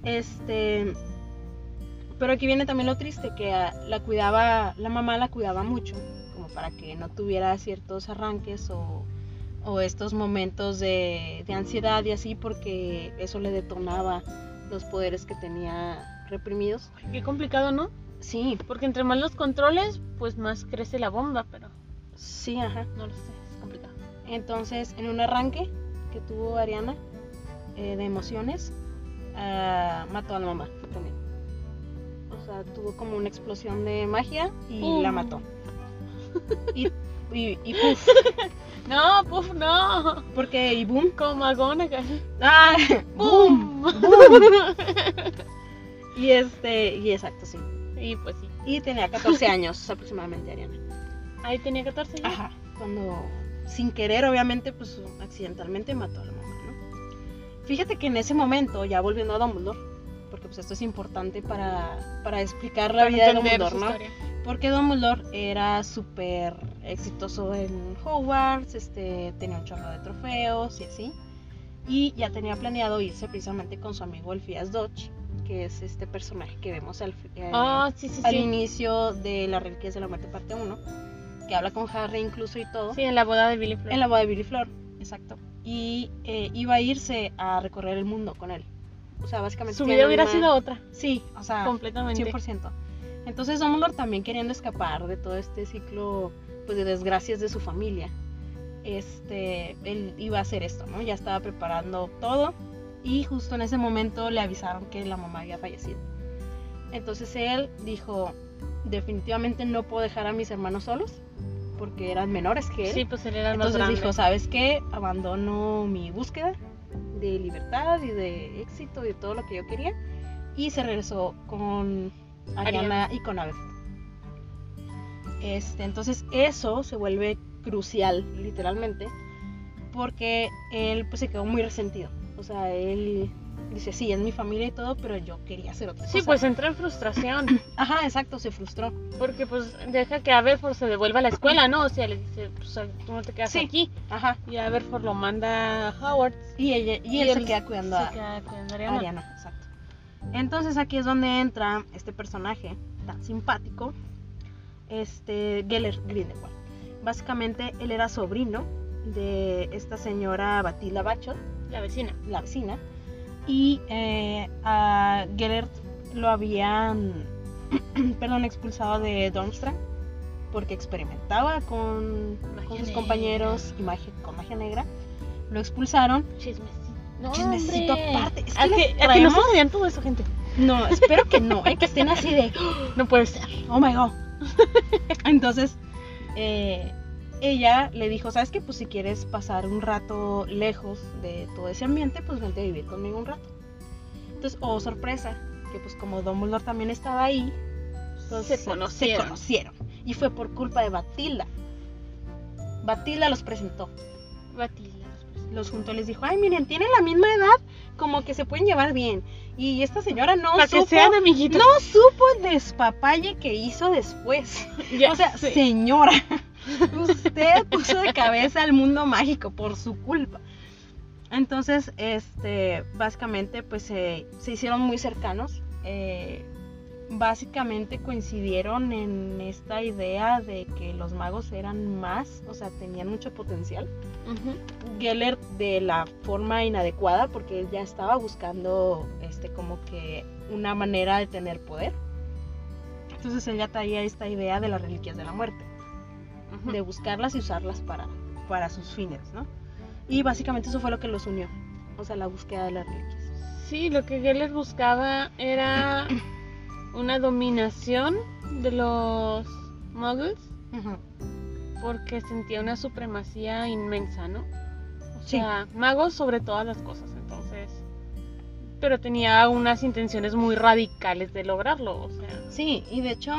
Speaker 1: pero aquí viene también lo triste, que la mamá la cuidaba mucho, como para que no tuviera ciertos arranques o estos momentos de ansiedad y así, porque eso le detonaba los poderes que tenía reprimidos.
Speaker 2: Qué complicado, ¿no?
Speaker 1: Sí.
Speaker 2: Porque entre más los controles, pues más crece la bomba, pero...
Speaker 1: Sí, ajá.
Speaker 2: No lo sé, es complicado.
Speaker 1: Entonces, en un arranque que tuvo Ariana de emociones, mató a la mamá también. O sea, tuvo como una explosión de magia y la mató. Y puff.
Speaker 2: No, puff, no.
Speaker 1: Porque, y boom.
Speaker 2: Como McGonagall.
Speaker 1: ¡Ah! ¡Boom! ¡Boom! Y exacto, sí.
Speaker 2: Y pues sí.
Speaker 1: Y tenía 14 años aproximadamente, Ariana.
Speaker 2: Ahí tenía 14 años.
Speaker 1: Ajá. Cuando, sin querer, obviamente, pues accidentalmente mató a la mamá, ¿no? Fíjate que en ese momento, ya volviendo a Dumbledore, porque pues esto es importante para explicar la vida de Dumbledore, ¿no?
Speaker 2: Historia.
Speaker 1: Porque Dumbledore era súper exitoso en Hogwarts, tenía un chorro de trofeos y así. Y ya tenía planeado irse precisamente con su amigo Elphias Dodge, que es este personaje que vemos al inicio de Las Reliquias de la Muerte parte 1, que habla con Harry incluso y todo.
Speaker 2: Sí, en la boda de Billy Fleur.
Speaker 1: En la boda de Billy Fleur, exacto. Y iba a irse a recorrer el mundo con él. O sea, básicamente...
Speaker 2: Su vida hubiera sido otra.
Speaker 1: Sí, o sea,
Speaker 2: completamente.
Speaker 1: 100%. Entonces Dumbledore, también queriendo escapar de todo este ciclo pues de desgracias de su familia, él iba a hacer esto, ¿no? Ya estaba preparando todo y justo en ese momento le avisaron que la mamá había fallecido. Entonces él dijo, definitivamente no puedo dejar a mis hermanos solos porque eran menores que él.
Speaker 2: Sí, pues él era el más
Speaker 1: Entonces
Speaker 2: grande.
Speaker 1: dijo, ¿sabes qué? Abandono mi búsqueda de libertad y de éxito y de todo lo que yo quería, y se regresó con Ariana y con Aberforth. Entonces eso se vuelve crucial, literalmente, porque él pues se quedó muy resentido. O sea, él dice, sí, es mi familia y todo, pero yo quería hacer otra cosa.
Speaker 2: Sí, pues entra en frustración.
Speaker 1: Ajá, exacto, se frustró.
Speaker 2: Porque pues deja que Aberforth se devuelva a la escuela, ¿no? O sea, le dice, pues tú no te quedas aquí.
Speaker 1: Ajá.
Speaker 2: Y Aberforth lo manda a Hogwarts.
Speaker 1: Y él se queda cuidando a
Speaker 2: Ariana.
Speaker 1: Exacto. Entonces aquí es donde entra este personaje tan simpático, Gellert Grindelwald. Básicamente él era sobrino de esta señora Bathilda Bagshot,
Speaker 2: La vecina.
Speaker 1: Y a Gellert lo habían expulsado de Durmstrang porque experimentaba con sus
Speaker 2: negra.
Speaker 1: compañeros y con magia negra. Lo expulsaron.
Speaker 2: Chismecito. No,
Speaker 1: Chismecito
Speaker 2: hombre.
Speaker 1: aparte. Es que
Speaker 2: ¿A
Speaker 1: les
Speaker 2: que no
Speaker 1: traemos-
Speaker 2: se sabían todo eso, gente?
Speaker 1: No, espero que no, que estén así de
Speaker 2: No puede ser.
Speaker 1: oh my god. Entonces, ella le dijo, ¿sabes qué? Pues si quieres pasar un rato lejos de todo ese ambiente, pues vente a vivir conmigo un rato. Entonces, oh sorpresa, que pues como Dumbledore también estaba ahí, pues
Speaker 2: Se conocieron.
Speaker 1: Y fue por culpa de Batilda. Batilda los presentó.
Speaker 2: Batilda.
Speaker 1: Los juntó, les dijo, ay, miren, tienen la misma edad, como que se pueden llevar bien. Y esta señora no
Speaker 2: Para que
Speaker 1: supo,
Speaker 2: sean amiguitos.
Speaker 1: no supo el despapalle que hizo después.
Speaker 2: Ya
Speaker 1: O sea,
Speaker 2: sé.
Speaker 1: señora, usted puso de cabeza al mundo mágico por su culpa. Entonces, básicamente, pues se hicieron muy cercanos. Básicamente coincidieron en esta idea de que los magos eran más, o sea, tenían mucho potencial.
Speaker 2: Ujú.
Speaker 1: Gellert de la forma inadecuada, porque él ya estaba buscando como que una manera de tener poder. Entonces él ya traía esta idea de las reliquias de la muerte,
Speaker 2: Ujú.
Speaker 1: de buscarlas y usarlas para sus fines, ¿no? Y básicamente eso fue lo que los unió, o sea, la búsqueda de las reliquias.
Speaker 2: Sí, lo que Geller buscaba era una dominación de los muggles
Speaker 1: Ujú.
Speaker 2: porque sentía una supremacía inmensa, ¿no? O
Speaker 1: Sí.
Speaker 2: sea, magos sobre todas las cosas, entonces. Pero tenía unas intenciones muy radicales de lograrlo, o sea.
Speaker 1: Sí, y de hecho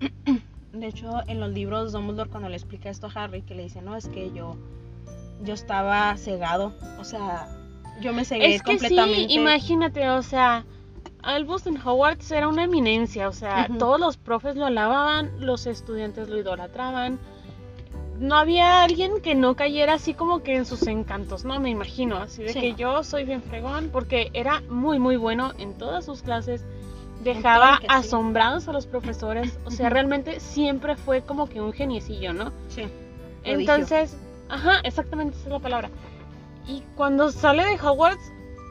Speaker 1: en los libros Dumbledore cuando le explica esto a Harry, que le dice, no, es que yo estaba cegado, o sea, yo me cegué
Speaker 2: Es que
Speaker 1: completamente.
Speaker 2: sí, imagínate, o sea, Albus en Hogwarts era una eminencia, o sea,
Speaker 1: Ujú.
Speaker 2: todos los profes lo alababan, los estudiantes lo idolatraban. No había alguien que no cayera así como que en sus encantos, ¿no? Me imagino, así de
Speaker 1: Sí.
Speaker 2: que yo soy bien fregón, porque era muy, muy bueno en todas sus clases,
Speaker 1: todo
Speaker 2: dejaba
Speaker 1: lo que hacía.
Speaker 2: asombrados a los profesores, o sea,
Speaker 1: Ujú.
Speaker 2: realmente siempre fue como que un geniecillo, ¿no?
Speaker 1: Sí.
Speaker 2: Entonces, ajá, exactamente esa es la palabra. Y cuando sale de Hogwarts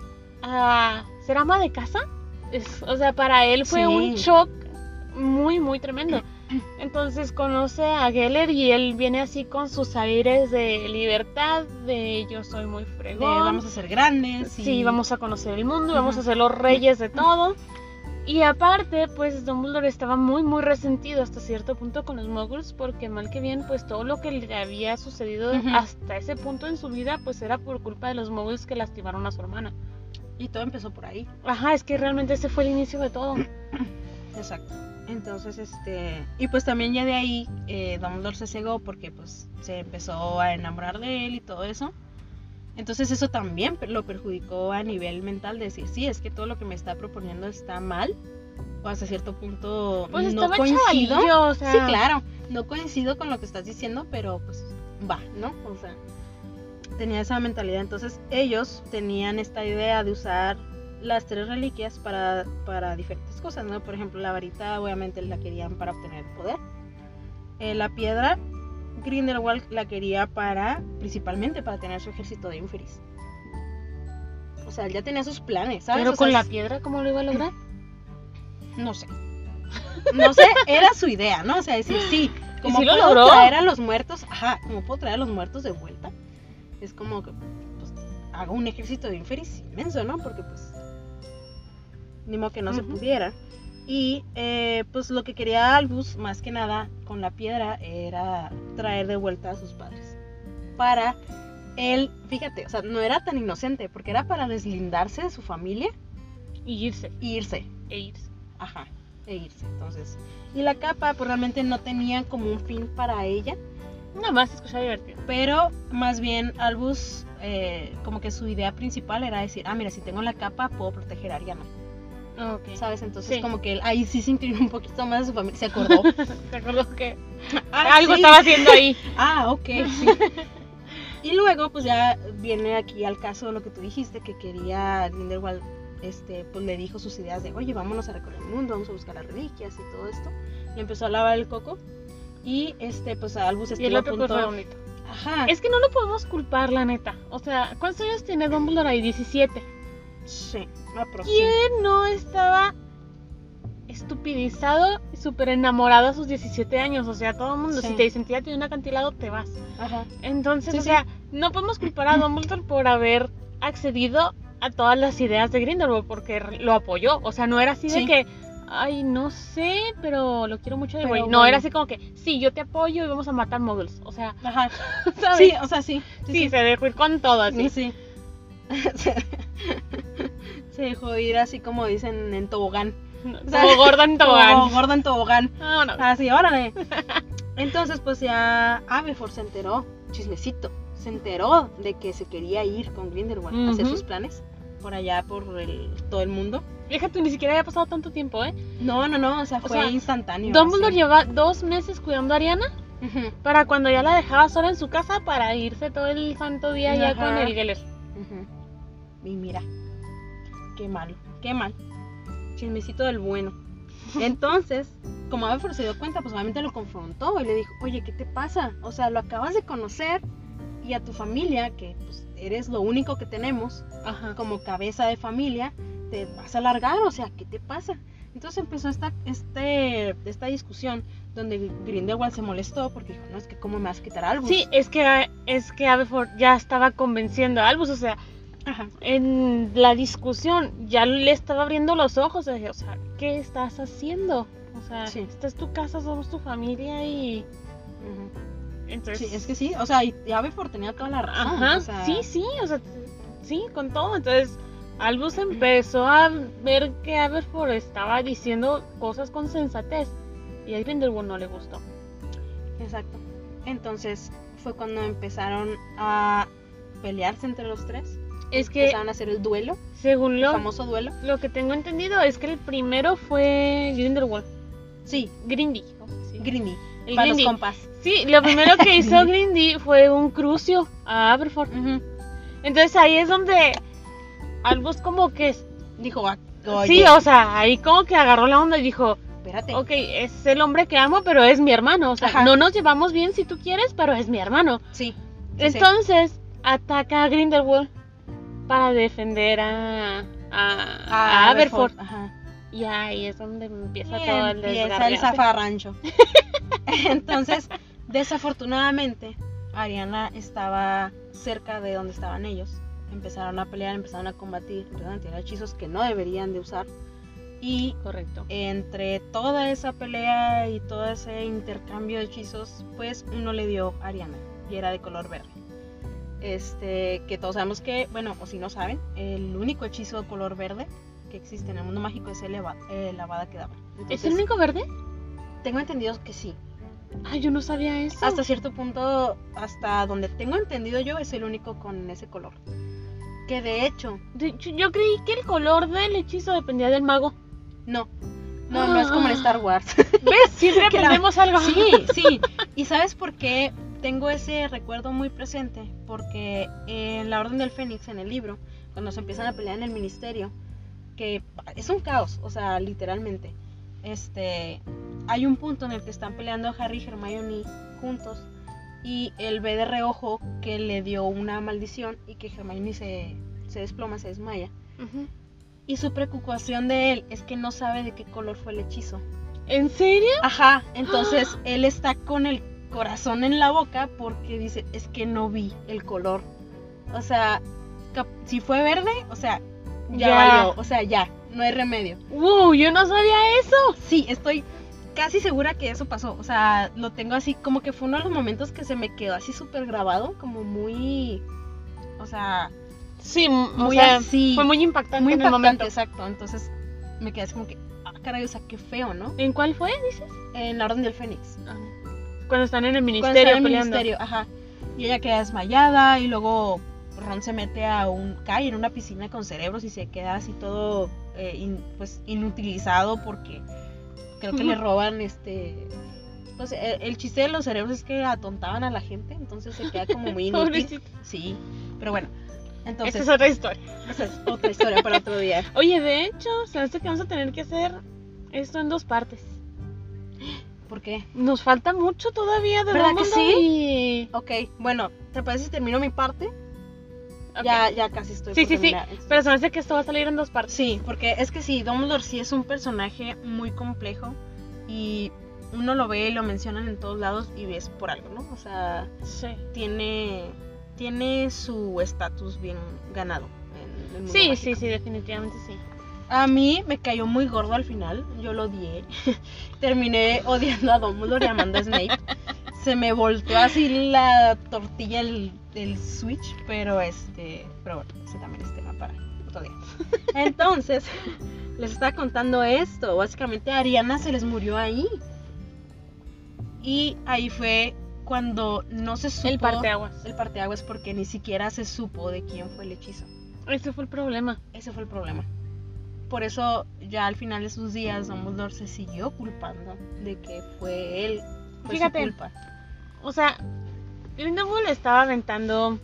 Speaker 2: a ser ama de casa, o sea, para él fue
Speaker 1: Sí.
Speaker 2: un shock muy, muy tremendo. Entonces conoce a Geller y él viene así con sus aires de libertad, de yo soy muy fregón,
Speaker 1: vamos a ser grandes.
Speaker 2: sí, vamos a conocer el mundo, vamos a
Speaker 1: Ujú.
Speaker 2: ser los reyes de todo. Y aparte, pues Dumbledore estaba muy, muy resentido hasta cierto punto con los muggles, porque mal que bien, pues todo lo que le había sucedido
Speaker 1: Ujú.
Speaker 2: hasta ese punto en su vida, pues era por culpa de los muggles que lastimaron a su hermana.
Speaker 1: Y todo empezó por ahí.
Speaker 2: Ajá, es que realmente ese fue el inicio de todo.
Speaker 1: Exacto. Entonces, y pues también ya de ahí Dumbledore se cegó porque pues se empezó a enamorar de él y todo eso. Entonces eso también lo perjudicó a nivel mental, de decir, sí, es que todo lo que me está proponiendo está mal, o hasta cierto punto
Speaker 2: Pues
Speaker 1: no
Speaker 2: estaba
Speaker 1: coincido.
Speaker 2: chavalillo, o sea.
Speaker 1: Sí, claro, no coincido con lo que estás diciendo, pero pues va, ¿no? O sea, tenía esa mentalidad. Entonces ellos tenían esta idea de usar las 3 reliquias para diferentes cosas, ¿no? Por ejemplo, la varita obviamente la querían para obtener poder. La piedra Grindelwald la quería principalmente para tener su ejército de Inferis. O sea, él ya tenía sus planes, ¿sabes?
Speaker 2: Pero
Speaker 1: O sea,
Speaker 2: con la piedra, ¿cómo lo iba a lograr?
Speaker 1: no sé. No sé, era su idea, ¿no? O sea, decir, sí, como
Speaker 2: sí lo
Speaker 1: puedo
Speaker 2: logró?
Speaker 1: traer a los muertos, como puedo traer a los muertos de vuelta, es como que, pues, hago un ejército de Inferis inmenso, ¿no? Porque, pues, ni modo que no se
Speaker 2: Ujú.
Speaker 1: pudiera. Y, pues, lo que quería Albus, más que nada, con la piedra, era traer de vuelta a sus padres. Para él, fíjate, o sea, no era tan inocente, porque era para deslindarse de su familia
Speaker 2: Y irse.
Speaker 1: y irse.
Speaker 2: E irse.
Speaker 1: Ajá, e irse. Entonces, y la capa pues realmente no tenía como un fin para ella,
Speaker 2: Nada más se escucha divertido.
Speaker 1: pero más bien Albus como que su idea principal era decir, mira, si tengo la capa puedo proteger a Ariana,
Speaker 2: Ok.
Speaker 1: ¿sabes? Entonces
Speaker 2: Sí.
Speaker 1: como que él ahí sí se inclinó un poquito más de su familia, se acordó.
Speaker 2: ¿Te acuerdas que
Speaker 1: sí.
Speaker 2: algo estaba haciendo ahí?
Speaker 1: Ok, sí. Y luego pues ya viene aquí al caso de lo que tú dijiste, que quería Grindelwald, pues le dijo sus ideas de, oye, vámonos a recorrer el mundo, vamos a buscar las reliquias y todo esto. Le empezó a lavar el coco y pues Albus
Speaker 2: Y
Speaker 1: estuvo
Speaker 2: el
Speaker 1: a
Speaker 2: otro pues
Speaker 1: punto.
Speaker 2: bonito.
Speaker 1: Ajá.
Speaker 2: Es que no lo podemos culpar, la neta. O sea, ¿cuántos años tiene Dumbledore ahí? 17.
Speaker 1: Sí.
Speaker 2: ¿Quién no estaba estupidizado y súper enamorado a sus 17 años? O sea, todo el mundo,
Speaker 1: Sí.
Speaker 2: si te dicen, tírate de un acantilado, te vas.
Speaker 1: Ajá.
Speaker 2: Entonces,
Speaker 1: Sí,
Speaker 2: o
Speaker 1: sí.
Speaker 2: sea, no podemos culpar a Dumbledore por haber accedido a todas las ideas de Grindelwald, porque lo apoyó. O sea, no era así de
Speaker 1: Sí.
Speaker 2: que, ay, no sé, pero lo quiero mucho de
Speaker 1: Pero
Speaker 2: güey. No,
Speaker 1: bueno.
Speaker 2: era así como que, sí, yo te apoyo y vamos a matar muggles. O sea,
Speaker 1: Ajá.
Speaker 2: ¿sabes?
Speaker 1: Sí, o sea, sí.
Speaker 2: Sí, se dejó ir con todo así.
Speaker 1: Sí. Se dejó ir así como dicen en tobogán. O sea,
Speaker 2: Como Gordon Tobogán.
Speaker 1: Como Gordon Tobogán.
Speaker 2: Vámonos.
Speaker 1: Así, órale. Entonces, pues ya Aberforth se enteró, chismecito, se enteró de que se quería ir con Grindelwald a hacer
Speaker 2: Ujú.
Speaker 1: sus planes por allá, por todo el mundo.
Speaker 2: Fíjate, ni siquiera había pasado tanto tiempo, ¿eh?
Speaker 1: No, o sea, fue
Speaker 2: sea,
Speaker 1: instantáneo.
Speaker 2: Dumbledore
Speaker 1: así.
Speaker 2: lleva 2 meses cuidando a Ariana
Speaker 1: Ujú,
Speaker 2: para cuando ya la dejaba sola en su casa para irse todo el santo día ya
Speaker 1: Ajá.
Speaker 2: con el Geller.
Speaker 1: ujú. Y mira, qué malo, qué mal. Chismecito del bueno. Entonces, como Aberforth se dio cuenta, pues obviamente lo confrontó y le dijo, oye, ¿qué te pasa? O sea, lo acabas de conocer y a tu familia, que pues eres lo único que tenemos
Speaker 2: Ajá.
Speaker 1: como cabeza de familia, te vas a largar, o sea, ¿qué te pasa? Entonces empezó esta discusión donde Grindelwald se molestó porque dijo, no, es que cómo me vas a quitar a Albus.
Speaker 2: Sí, es que Aberforth ya estaba convenciendo a Albus, o sea,
Speaker 1: Ajá.
Speaker 2: en la discusión ya le estaba abriendo los ojos, o sea, ¿qué estás haciendo? O sea,
Speaker 1: Sí.
Speaker 2: esta es tu casa, somos tu familia y
Speaker 1: Ujú.
Speaker 2: entonces...
Speaker 1: Sí, es que sí, o sea, y Aberforth tenía toda la razón.
Speaker 2: Ajá,
Speaker 1: o sea,
Speaker 2: sí, o sea, sí, con todo. Entonces, Albus empezó a ver que Aberforth estaba diciendo cosas con sensatez y a Grindelwald no le gustó.
Speaker 1: Exacto. Entonces fue cuando empezaron a pelearse entre los tres.
Speaker 2: Es que,
Speaker 1: Empezaron a hacer el duelo,
Speaker 2: según
Speaker 1: el famoso duelo.
Speaker 2: lo que tengo entendido, es que el primero fue Grindelwald.
Speaker 1: Sí,
Speaker 2: Grindy. Sí.
Speaker 1: Grindy,
Speaker 2: El
Speaker 1: para
Speaker 2: Grindy.
Speaker 1: los compas.
Speaker 2: Sí, lo primero que hizo Grindy fue un crucio a Aberforth.
Speaker 1: Ujú.
Speaker 2: Entonces ahí es donde Albus como que...
Speaker 1: Dijo, oye,
Speaker 2: Sí, o sea, ahí como que agarró la onda y dijo...
Speaker 1: espérate.
Speaker 2: Ok, es el hombre que amo, pero es mi hermano. O sea,
Speaker 1: Ajá.
Speaker 2: no nos llevamos bien si tú quieres, pero es mi hermano.
Speaker 1: Sí.
Speaker 2: Entonces, ataca a Grindelwald para defender a Aberforth.
Speaker 1: Ajá.
Speaker 2: Y ahí es donde empieza
Speaker 1: Y
Speaker 2: todo el
Speaker 1: empieza el
Speaker 2: desgarriate.
Speaker 1: zafarrancho. Entonces, desafortunadamente, Ariana estaba cerca de donde estaban ellos. Empezaron a pelear, empezaron a combatir, empezaron a tirar hechizos que no deberían de usar. Y
Speaker 2: Correcto.
Speaker 1: entre toda esa pelea y todo ese intercambio de hechizos, pues uno le dio a Ariana y era de color verde. Que todos sabemos que, bueno, o si no saben, el único hechizo de color verde que existe en el mundo mágico es el Avada Kedavra.
Speaker 2: ¿Es
Speaker 1: Entonces,
Speaker 2: el único verde?
Speaker 1: tengo entendido que sí.
Speaker 2: Ay, yo no sabía eso.
Speaker 1: Hasta cierto punto, hasta donde tengo entendido yo, es el único con ese color. Que de hecho,
Speaker 2: Yo creí que el color del hechizo dependía del mago.
Speaker 1: no es como en Star Wars.
Speaker 2: ¿Ves? Siempre
Speaker 1: Que la-
Speaker 2: aprendemos algo.
Speaker 1: Sí. ¿Y sabes por qué tengo ese recuerdo muy presente? Porque en la Orden del Fénix, en el libro, cuando se empiezan a pelear en el ministerio, que es un caos, o sea, literalmente. Hay un punto en el que están peleando Harry y Hermione juntos y él ve de reojo que le dio una maldición y que Hermione se desploma, se desmaya.
Speaker 2: Ujú.
Speaker 1: Y su preocupación de él es que no sabe de qué color fue el hechizo.
Speaker 2: ¿En serio?
Speaker 1: Ajá, entonces él está con el corazón en la boca porque dice, es que no vi el color. O sea, si fue verde, o sea, ya
Speaker 2: Ya.
Speaker 1: valió, o sea, ya, no hay remedio.
Speaker 2: ¡Wow! Yo no sabía eso.
Speaker 1: Sí, estoy casi segura que eso pasó. O sea, lo tengo así, como que fue uno de los momentos que se me quedó así súper grabado, como muy, o sea,
Speaker 2: Sí,
Speaker 1: muy
Speaker 2: o sea,
Speaker 1: así,
Speaker 2: fue muy impactante
Speaker 1: muy
Speaker 2: en el momento.
Speaker 1: impactante, exacto. Entonces me quedé así como que, caray, o sea, qué feo, ¿no?
Speaker 2: ¿En cuál fue, dices?
Speaker 1: En la Orden del Fénix.
Speaker 2: Cuando están en el
Speaker 1: Cuando
Speaker 2: ministerio
Speaker 1: está en el
Speaker 2: peleando.
Speaker 1: ministerio, ajá. Y ella queda desmayada y luego Ron se mete cae en una piscina con cerebros y se queda así todo pues inutilizado porque creo que le roban pues el chiste de los cerebros es que atontaban a la gente, entonces se queda como muy inútil.
Speaker 2: Pobrecito.
Speaker 1: Sí, pero bueno, entonces
Speaker 2: Esta es otra historia.
Speaker 1: esa es otra historia para otro día.
Speaker 2: Oye, de hecho, se hace que vamos a tener que hacer esto en 2 partes.
Speaker 1: ¿Por qué?
Speaker 2: Nos falta mucho todavía de
Speaker 1: ¿Verdad que
Speaker 2: Dumbledore
Speaker 1: sí?
Speaker 2: y...
Speaker 1: Ok, bueno, ¿te parece si termino mi parte?
Speaker 2: Ok.
Speaker 1: Ya casi estoy
Speaker 2: Sí,
Speaker 1: por
Speaker 2: sí, sí.
Speaker 1: terminar.
Speaker 2: Pero se me hace que esto va a salir en 2 partes.
Speaker 1: Sí, porque es que sí, Dumbledore sí es un personaje muy complejo y uno lo ve y lo mencionan en todos lados y ves por algo, ¿no? O sea,
Speaker 2: Sí.
Speaker 1: tiene su estatus bien ganado en el mundo
Speaker 2: Sí,
Speaker 1: mágico.
Speaker 2: sí, definitivamente sí.
Speaker 1: A mí me cayó muy gordo al final, yo lo odié. Terminé odiando a Dumbledore y amando a Snape. Se me volteó así la tortilla el switch, pero bueno, ese también es tema para otro día. Entonces, les estaba contando esto. Básicamente a Ariana se les murió ahí. Y ahí fue cuando no se supo
Speaker 2: El parteaguas.
Speaker 1: El parteaguas porque ni siquiera se supo de quién fue el hechizo.
Speaker 2: Ese fue el problema.
Speaker 1: Ese fue el problema. Por eso ya al final de sus días Dumbledore se siguió culpando de que fue él, fue
Speaker 2: Fíjate.
Speaker 1: su culpa.
Speaker 2: O sea, Grindelwald estaba aventando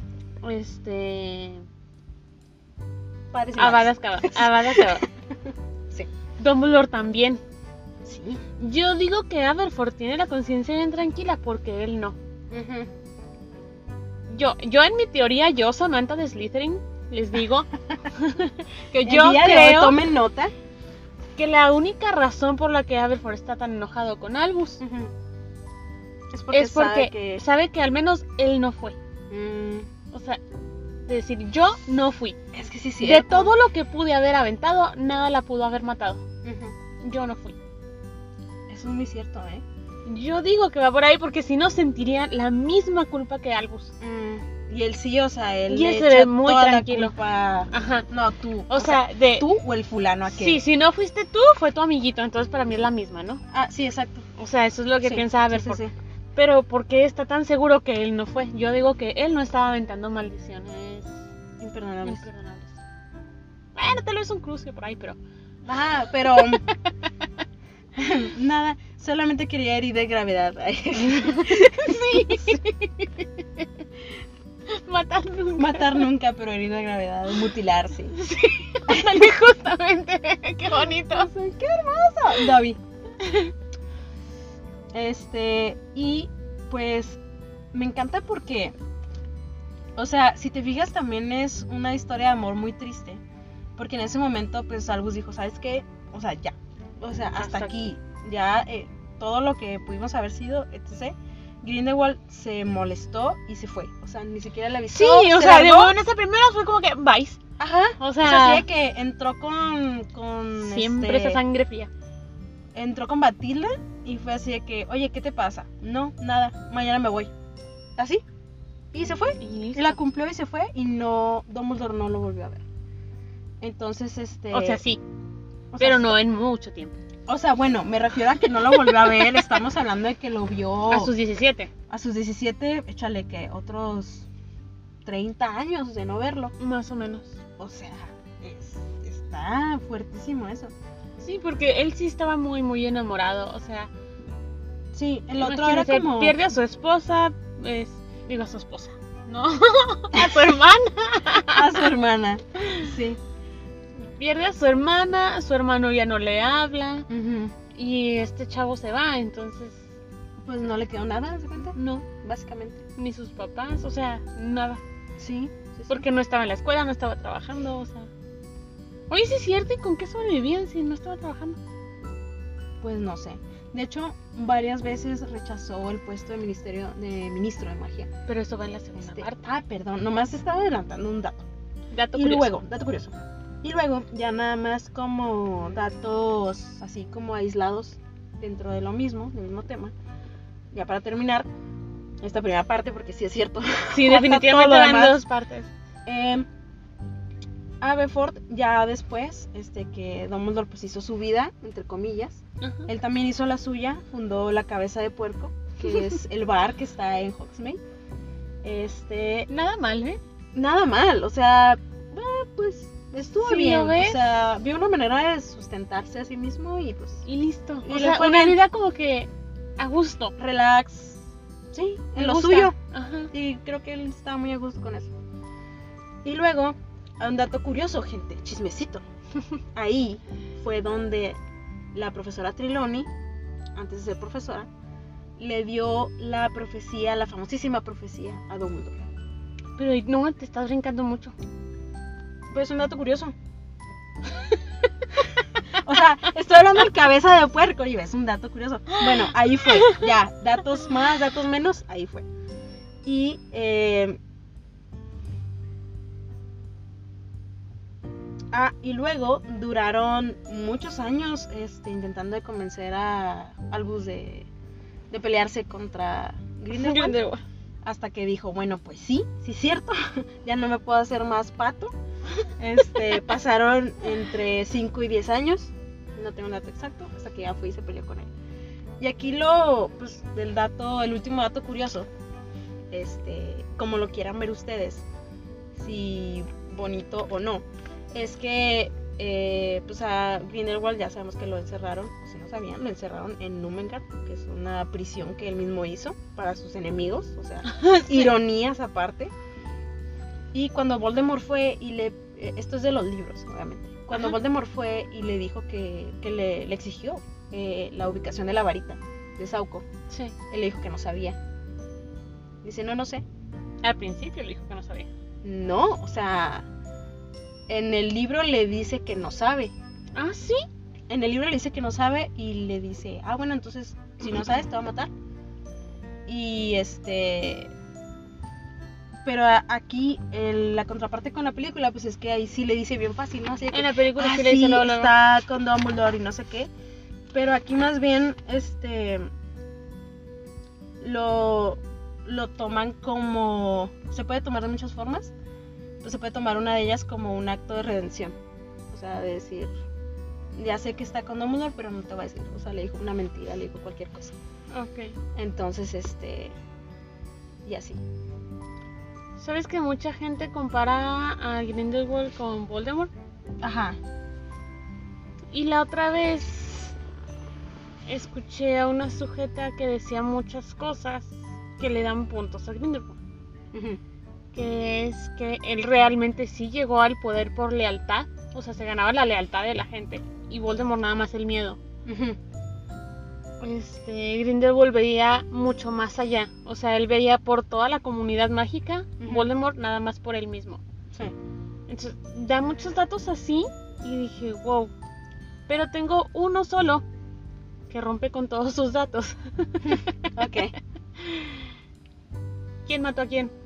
Speaker 1: Padres y
Speaker 2: Avada
Speaker 1: madres.
Speaker 2: Kedavra.
Speaker 1: Sí.
Speaker 2: Dumbledore también.
Speaker 1: Sí.
Speaker 2: Yo digo que Aberforth tiene la conciencia bien tranquila porque él no.
Speaker 1: Ujú.
Speaker 2: Yo en mi teoría, yo Samantha de Slytherin, les digo que
Speaker 1: El
Speaker 2: yo
Speaker 1: día de hoy
Speaker 2: creo
Speaker 1: tomen nota.
Speaker 2: que la única razón por la que Aberforth está tan enojado con Albus
Speaker 1: Ujú. Es
Speaker 2: es
Speaker 1: sabe
Speaker 2: porque
Speaker 1: que...
Speaker 2: sabe que al menos él no fue.
Speaker 1: Mm,
Speaker 2: O sea, decir, yo no fui.
Speaker 1: es que sí,
Speaker 2: De todo lo que pude haber aventado, nada la pudo haber matado. Yo no fui.
Speaker 1: Eso es muy cierto, ¿eh?
Speaker 2: Yo digo que va por ahí porque si no sentiría la misma culpa que Albus.
Speaker 1: Y él sí, o sea, él
Speaker 2: Y
Speaker 1: le
Speaker 2: él se
Speaker 1: echa
Speaker 2: ve muy
Speaker 1: toda la
Speaker 2: tranquilo.
Speaker 1: culpa-
Speaker 2: Ajá.
Speaker 1: No, tú.
Speaker 2: O sea, de...
Speaker 1: tú o el fulano aquel.
Speaker 2: Sí, si no fuiste tú, fue tu amiguito. Entonces para mí es la misma, ¿no?
Speaker 1: Ah, sí, exacto.
Speaker 2: O sea, eso es lo que
Speaker 1: Sí,
Speaker 2: piensa Aberforth.
Speaker 1: sí.
Speaker 2: Pero ¿por qué está tan seguro que él no fue? Yo digo que él no estaba aventando maldiciones
Speaker 1: Imperdonables.
Speaker 2: imperdonables. Bueno, tal vez un cruce por ahí, pero...
Speaker 1: Ah, pero... Nada, solamente quería herir de gravedad. Matar nunca, pero herir de gravedad. Mutilar, sí.
Speaker 2: Ándale, justamente. Qué bonito.
Speaker 1: ¡Qué hermoso! Dobby. Y pues me encanta porque, o sea, si te fijas también es una historia de amor muy triste. Porque en ese momento, pues Albus dijo, ¿sabes qué? O sea, ya. O sea, hasta aquí. Ya todo lo que pudimos haber sido, etc. Grindelwald se molestó y se fue. O sea, ni siquiera le avisó.
Speaker 2: Sí, o
Speaker 1: se
Speaker 2: sea, de
Speaker 1: largó.
Speaker 2: en esa primera fue como que, vais.
Speaker 1: Ajá.
Speaker 2: O
Speaker 1: O
Speaker 2: sea,
Speaker 1: sea, así de que entró con
Speaker 2: siempre esa sangre fría.
Speaker 1: entró con Batilda y fue así de que, oye, ¿qué te pasa? No, nada, mañana me voy. ¿Así? Y se fue.
Speaker 2: Y
Speaker 1: Y
Speaker 2: listo.
Speaker 1: la cumplió y se fue y no, Dumbledore no lo volvió a ver. Entonces,
Speaker 2: O sea, sí,
Speaker 1: o sea,
Speaker 2: pero no en mucho tiempo.
Speaker 1: O sea, bueno, me refiero a que no lo volvió a ver, estamos hablando de que lo vio
Speaker 2: A sus 17.
Speaker 1: a sus 17, échale que otros 30 años de no verlo.
Speaker 2: Más o menos.
Speaker 1: O sea, está fuertísimo eso.
Speaker 2: Sí, porque él sí estaba muy, muy enamorado. O sea,
Speaker 1: Sí, el otro era
Speaker 2: imagínate,
Speaker 1: como...
Speaker 2: pierde a su esposa, digo a su esposa, ¿no? A su hermana.
Speaker 1: a su hermana. Sí.
Speaker 2: Pierde a su hermana, su hermano ya no le habla
Speaker 1: Ujú.
Speaker 2: y este chavo se va, entonces
Speaker 1: Pues no le quedó nada, ¿se cuenta?
Speaker 2: no,
Speaker 1: Básicamente.
Speaker 2: ni sus papás, o sea, nada.
Speaker 1: Sí.
Speaker 2: Porque no estaba en la escuela, no estaba trabajando, o sea. Oye, sí es cierto, ¿y con qué sobrevivían si no estaba trabajando?
Speaker 1: Pues no sé. De hecho, varias veces rechazó el puesto de ministro de magia.
Speaker 2: Pero eso va en la segunda parte.
Speaker 1: Perdón, nomás estaba adelantando un dato.
Speaker 2: Dato
Speaker 1: Y
Speaker 2: curioso.
Speaker 1: luego, dato curioso. Y luego, ya nada más como datos así como aislados dentro de lo mismo, del mismo tema. Ya para terminar esta primera parte, porque sí es cierto.
Speaker 2: Sí,
Speaker 1: Falta
Speaker 2: definitivamente
Speaker 1: todo lo
Speaker 2: van
Speaker 1: demás.
Speaker 2: dos partes.
Speaker 1: Aberforth, ya después, que Dumbledore pues hizo su vida, entre comillas.
Speaker 2: Ajá.
Speaker 1: Él también hizo la suya, fundó la Cabeza de Puerco, que es el bar que está en Hogsmeade.
Speaker 2: Nada mal, ¿eh?
Speaker 1: Nada mal, o sea, pues estuvo
Speaker 2: Sí,
Speaker 1: bien.
Speaker 2: ¿lo ves?
Speaker 1: O sea, vio una manera de sustentarse a sí mismo y pues
Speaker 2: Y listo.
Speaker 1: Y
Speaker 2: O
Speaker 1: le
Speaker 2: sea,
Speaker 1: fue
Speaker 2: una
Speaker 1: bien.
Speaker 2: vida como que a gusto.
Speaker 1: relax. Sí,
Speaker 2: Me
Speaker 1: en lo
Speaker 2: gusta.
Speaker 1: suyo.
Speaker 2: Ajá.
Speaker 1: Y creo que él estaba muy a gusto con eso. Y luego, un dato curioso, gente, chismecito. Ahí fue donde la profesora Trelawney, antes de ser profesora, le dio la profecía, la famosísima profecía a Dumbledore.
Speaker 2: Pero no, te estás brincando mucho.
Speaker 1: Pues un dato curioso. O sea, estoy hablando de cabeza de puerco y ves un dato curioso. Bueno, ahí fue. Ya, datos más, datos menos, ahí fue. Y y luego duraron muchos años intentando de convencer a Albus de pelearse contra Grindelwald. Hasta que dijo, bueno, pues sí es cierto, ya no me puedo hacer más pato. Pasaron entre 5 y 10 años, no tengo un dato exacto, hasta que ya fui y se peleó con él. Y aquí el último dato curioso, como lo quieran ver ustedes, si bonito o no, es que pues a Grindelwald ya sabemos que lo encerraron, o si no sabían, lo encerraron en Númenor, que es una prisión que él mismo hizo para sus enemigos, o sea, sí. Ironías aparte. Y cuando Voldemort fue y esto es de los libros, obviamente, cuando Voldemort fue y le dijo que le exigió la ubicación de la varita de Sauco,
Speaker 2: sí.
Speaker 1: Él le dijo que no sabía. Dice, no sé.
Speaker 2: Al principio le dijo que no sabía.
Speaker 1: No, o sea, en el libro le dice que no sabe.
Speaker 2: ¿Ah, sí?
Speaker 1: En el libro le dice que no sabe y le dice, bueno, entonces, si no sabes, te va a matar. Y pero aquí, la contraparte con la película, pues es que ahí sí le dice bien fácil, ¿no? Así que,
Speaker 2: en la película sí le dice luego.
Speaker 1: Está con Dumbledore y no sé qué. Pero aquí más bien, lo toman como... Se puede tomar de muchas formas. Pues se puede tomar una de ellas como un acto de redención. O sea, de decir, ya sé que está con Dumbledore, pero no te va a decir. O sea, le dijo una mentira, le dijo cualquier cosa.
Speaker 2: Ok.
Speaker 1: Entonces, y así.
Speaker 2: ¿Sabes que mucha gente compara a Grindelwald con Voldemort?
Speaker 1: Ajá.
Speaker 2: Y la otra vez escuché a una sujeta que decía muchas cosas que le dan puntos a Grindelwald.
Speaker 1: Uh-huh.
Speaker 2: Que es que él realmente sí llegó al poder por lealtad. O sea, se ganaba la lealtad de la gente. Y Voldemort nada más el miedo.
Speaker 1: Uh-huh.
Speaker 2: Grindelwald veía mucho más allá. O sea, él veía por toda la comunidad mágica.
Speaker 1: Uh-huh.
Speaker 2: Voldemort nada más por él mismo.
Speaker 1: Sí.
Speaker 2: Entonces, da muchos datos así. Y dije, wow. Pero tengo uno solo que rompe con todos sus datos.
Speaker 1: Ok.
Speaker 2: ¿Quién mató a quién?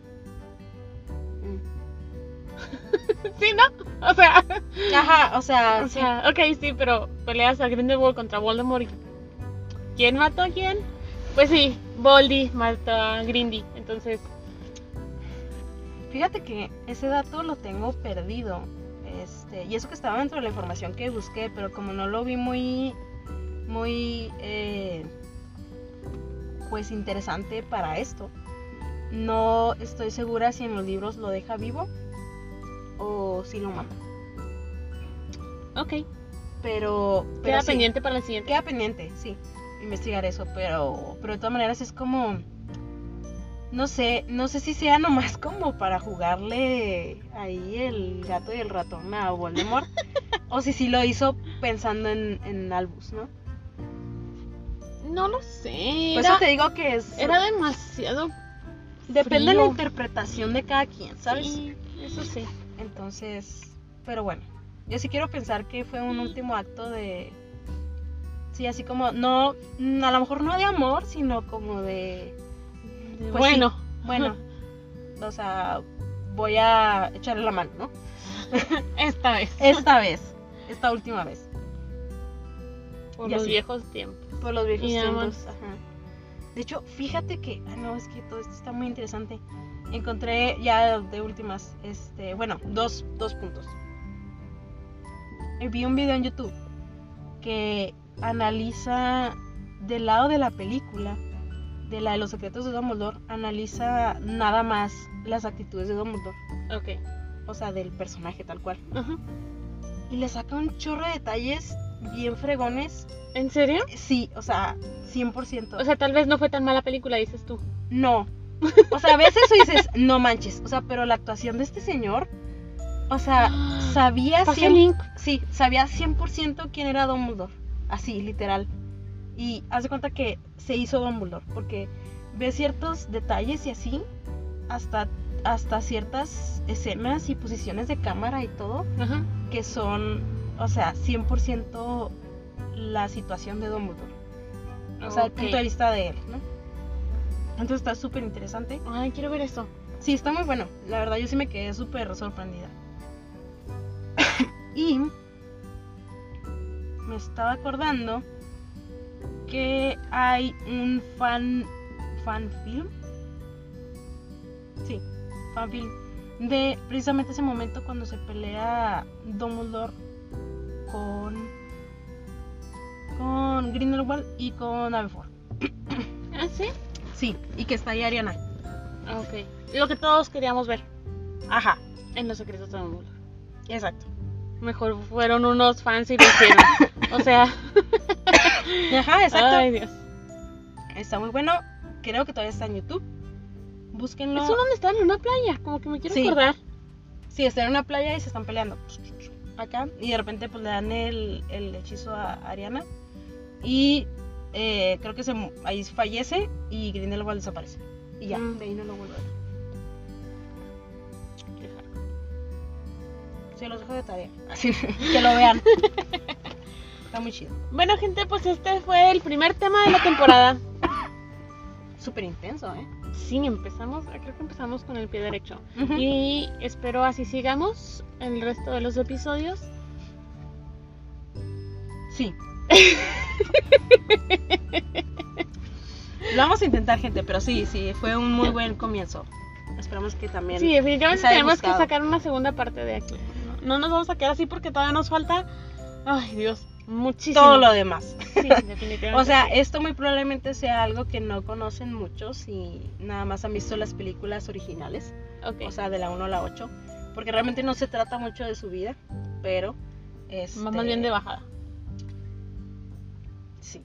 Speaker 2: Sí, ¿no? O sea...
Speaker 1: Ajá, o sea,
Speaker 2: sí. Ok, sí, pero peleas a Grindelwald contra Voldemort y... ¿Quién mató a quién? Pues sí, Voldy mató a Grindy, entonces...
Speaker 1: Fíjate que ese dato lo tengo perdido. Y eso que estaba dentro de la información que busqué, pero como no lo vi muy pues interesante para esto, no estoy segura si en los libros lo deja vivo o si lo mata.
Speaker 2: Ok.
Speaker 1: Pero
Speaker 2: queda
Speaker 1: sí,
Speaker 2: pendiente para el siguiente.
Speaker 1: Queda pendiente, sí, investigar eso, pero de todas maneras es como... No sé si sea nomás como para jugarle ahí el gato y el ratón a Voldemort. O si sí lo hizo pensando en Albus, ¿no?
Speaker 2: No lo sé.
Speaker 1: Por eso te digo que
Speaker 2: era demasiado...
Speaker 1: Depende
Speaker 2: frío.
Speaker 1: de la interpretación de cada quien, ¿sabes?
Speaker 2: Sí, eso sí.
Speaker 1: Entonces, pero bueno, yo sí quiero pensar que fue un último acto de... Sí, así como, no, a lo mejor no de amor, sino como de...
Speaker 2: Pues bueno.
Speaker 1: Sí, bueno, o sea, voy a echarle la mano, ¿no? Esta última vez.
Speaker 2: Por
Speaker 1: y
Speaker 2: los
Speaker 1: así,
Speaker 2: viejos tiempos.
Speaker 1: Por los viejos
Speaker 2: y
Speaker 1: tiempos, ajá. De hecho, fíjate que, no, es que todo esto está muy interesante. Encontré ya de últimas, bueno, dos puntos. Vi un video en YouTube que analiza del lado de la película, de la de los secretos de Dumbledore, analiza nada más las actitudes de Dumbledore.
Speaker 2: Ok.
Speaker 1: O sea, del personaje tal cual.
Speaker 2: Uh-huh.
Speaker 1: Y le saca un chorro de detalles bien fregones.
Speaker 2: ¿En serio?
Speaker 1: Sí, o sea, 100%.
Speaker 2: O sea, tal vez no fue tan mala película, dices tú.
Speaker 1: No. O sea, a veces eso dices, no manches. O sea, pero la actuación de este señor, o sea, sabía...
Speaker 2: Pasa el link.
Speaker 1: Sí, sabía 100% quién era Dumbledore. Así, literal. Y haz de cuenta que se hizo Dumbledore, porque ve ciertos detalles y así, hasta hasta ciertas escenas y posiciones de cámara y todo
Speaker 2: Ajá.
Speaker 1: que son, o sea, 100% la situación de Dumbledore. O sea, el
Speaker 2: Ok.
Speaker 1: punto de vista de él, ¿no? Entonces está súper interesante.
Speaker 2: Ay, quiero ver eso.
Speaker 1: Sí, está muy bueno. La verdad, yo sí me quedé súper sorprendida. Y me estaba acordando que hay un fan film. Sí, fan film de precisamente ese momento cuando se pelea Dumbledore con Grindelwald y con Aberforth.
Speaker 2: ¿Ah, sí?
Speaker 1: Sí, y que está ahí Ariana.
Speaker 2: Ok. Lo que todos queríamos ver
Speaker 1: Ajá,
Speaker 2: en Los Secretos de Dumbledore.
Speaker 1: exacto.
Speaker 2: Mejor fueron unos fans y lo hicieron. O sea.
Speaker 1: Ajá, exacto.
Speaker 2: Ay, Dios.
Speaker 1: Está muy bueno. Creo que todavía está en YouTube. Búsquenlo.
Speaker 2: ¿Eso dónde están? En una playa. Como que me quiero
Speaker 1: Sí.
Speaker 2: acordar.
Speaker 1: Sí, están en una playa y se están peleando. Acá. Y de repente pues le dan el hechizo a Ariana. Y creo que ahí fallece y Grindelwald desaparece. Y ya,
Speaker 2: Mm.
Speaker 1: de ahí no lo vuelvo a ver. Se los dejo de tarea. Así que lo vean. Está muy chido.
Speaker 2: Bueno, gente, pues este fue el primer tema de la temporada.
Speaker 1: Súper intenso, ¿eh?
Speaker 2: Sí, creo que empezamos con el pie derecho.
Speaker 1: Ujú.
Speaker 2: Y espero así sigamos el resto de los episodios.
Speaker 1: Sí. Lo vamos a intentar, gente, pero sí, fue un muy buen comienzo. Esperamos que también.
Speaker 2: Sí, definitivamente
Speaker 1: les haya
Speaker 2: tenemos que
Speaker 1: gustado.
Speaker 2: sacar una segunda parte de aquí. No nos vamos a quedar así porque todavía nos falta. Ay, Dios, muchísimo.
Speaker 1: Todo lo demás.
Speaker 2: Sí, definitivamente.
Speaker 1: O sea,
Speaker 2: sí.
Speaker 1: esto muy probablemente sea algo que no conocen muchos y nada más han visto las películas originales,
Speaker 2: Ok.
Speaker 1: o sea, de la 1 a la 8, porque realmente no se trata mucho de su vida, pero
Speaker 2: Va más bien de bajada.
Speaker 1: Sí.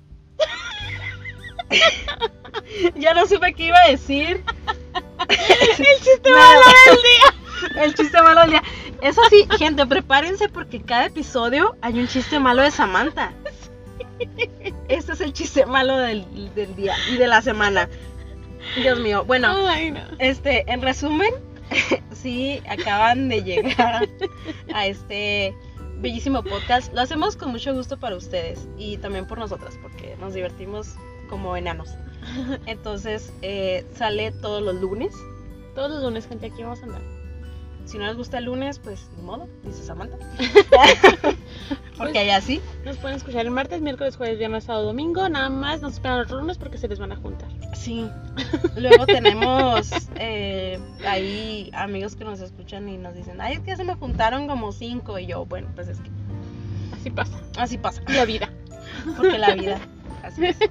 Speaker 1: Ya no supe qué iba a decir.
Speaker 2: El chiste
Speaker 1: Nada.
Speaker 2: malo del día.
Speaker 1: El chiste malo del día. Eso sí, gente, prepárense porque cada episodio hay un chiste malo de Samantha. Este es el chiste malo del día y de la semana. Dios mío. Bueno,
Speaker 2: Ay, no.
Speaker 1: en resumen, sí, acaban de llegar a este bellísimo podcast. Lo hacemos con mucho gusto para ustedes y también por nosotras porque nos divertimos como enanos. Entonces, sale todos los lunes.
Speaker 2: Todos los lunes, gente, aquí vamos a andar.
Speaker 1: Si no les gusta el lunes, pues ni modo, dice Samantha. Porque allá sí.
Speaker 2: Nos pueden escuchar el martes, miércoles, jueves, viernes, sábado, domingo. Nada más nos esperan los lunes porque se les van a juntar.
Speaker 1: Sí. Luego tenemos ahí amigos que nos escuchan y nos dicen, ay, es que se me juntaron como 5. Y yo, bueno, pues es que
Speaker 2: Así pasa.
Speaker 1: así pasa.
Speaker 2: La vida.
Speaker 1: Porque la vida, así es.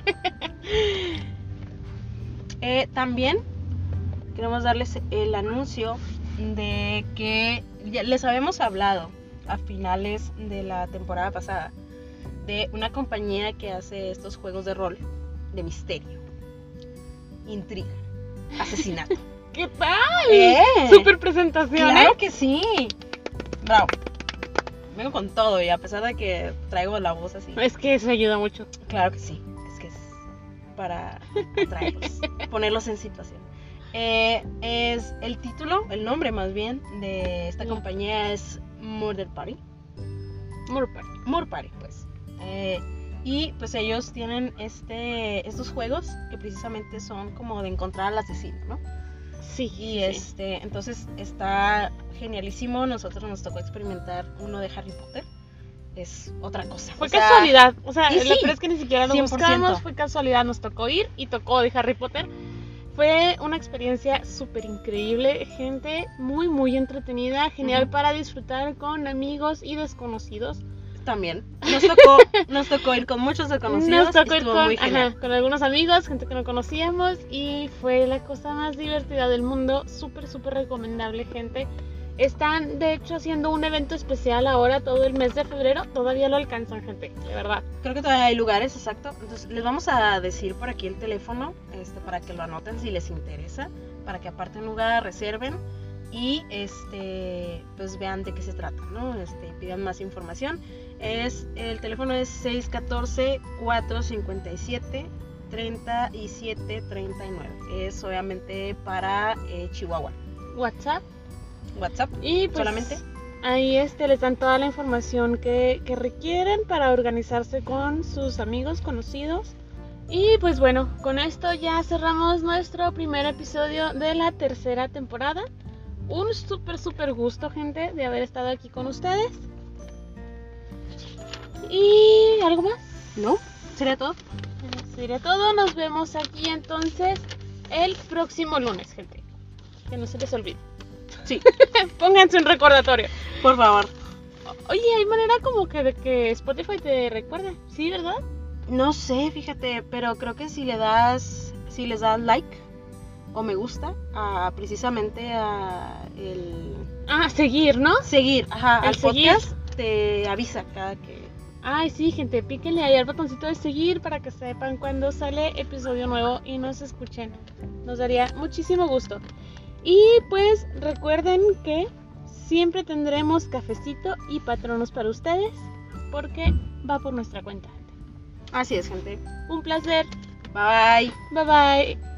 Speaker 1: También queremos darles el anuncio de que ya les habíamos hablado a finales de la temporada pasada de una compañía que hace estos juegos de rol de misterio, intriga, asesinato.
Speaker 2: ¿Qué tal? Super presentación,
Speaker 1: Claro
Speaker 2: ¿eh?
Speaker 1: que sí. Bravo. Vengo con todo y a pesar de que traigo la voz así.
Speaker 2: Es que eso ayuda mucho.
Speaker 1: Claro que sí. Es que es para atraerlos, ponerlos en situación. Es el título, el nombre más bien de esta compañía es Murder Party. Murder Party, pues. Y pues ellos tienen estos juegos que precisamente son como de encontrar al asesino, ¿no?
Speaker 2: Sí.
Speaker 1: Y entonces está genialísimo. Nosotros nos tocó experimentar uno de Harry Potter. Es otra cosa.
Speaker 2: Fue
Speaker 1: O sea,
Speaker 2: casualidad. O sea,
Speaker 1: y
Speaker 2: la
Speaker 1: sí,
Speaker 2: verdad es que ni siquiera lo
Speaker 1: 100%.
Speaker 2: buscamos. Fue casualidad. Nos tocó ir y tocó de Harry Potter. Fue una experiencia súper increíble. Gente muy, muy entretenida. Genial para disfrutar con amigos y desconocidos.
Speaker 1: También. Nos tocó ir con muchos desconocidos.
Speaker 2: Nos tocó ir
Speaker 1: estuvo muy
Speaker 2: con,
Speaker 1: genial.
Speaker 2: con algunos amigos, gente que no conocíamos. Y fue la cosa más divertida del mundo. Súper, súper recomendable, gente. Están, de hecho, haciendo un evento especial ahora todo el mes de febrero. Todavía lo alcanzan, gente, de verdad.
Speaker 1: Creo que todavía hay lugares, exacto. Entonces les vamos a decir por aquí el teléfono para que lo anoten si les interesa, para que aparten lugar, reserven y pues vean de qué se trata, ¿no? Pidan más información. El teléfono es 614-457-3739. Es obviamente para Chihuahua.
Speaker 2: WhatsApp. Y pues
Speaker 1: solamente.
Speaker 2: ahí les dan toda la información que requieren para organizarse con sus amigos, conocidos. Y pues bueno, con esto ya cerramos nuestro primer episodio de la tercera temporada. Un súper gusto, gente, de haber estado aquí con ustedes. ¿Y algo más?
Speaker 1: ¿No? ¿Sería todo?
Speaker 2: Sería todo. Nos vemos aquí entonces el próximo lunes, gente. Que no se les olvide.
Speaker 1: Sí.
Speaker 2: Pónganse un recordatorio.
Speaker 1: Por favor.
Speaker 2: Oye, hay manera como que de que Spotify te recuerde, ¿sí, verdad?
Speaker 1: No sé, fíjate, pero creo que si les das like o me gusta precisamente
Speaker 2: seguir, ¿no?
Speaker 1: seguir, al
Speaker 2: seguir.
Speaker 1: podcast, te avisa cada que...
Speaker 2: Ay, sí, gente, píquenle ahí al botoncito de seguir para que sepan cuando sale episodio nuevo y nos escuchen. Nos daría muchísimo gusto. Y pues recuerden que siempre tendremos cafecito y patronos para ustedes porque va por nuestra cuenta.
Speaker 1: Así es, gente.
Speaker 2: Un placer.
Speaker 1: Bye.
Speaker 2: Bye bye.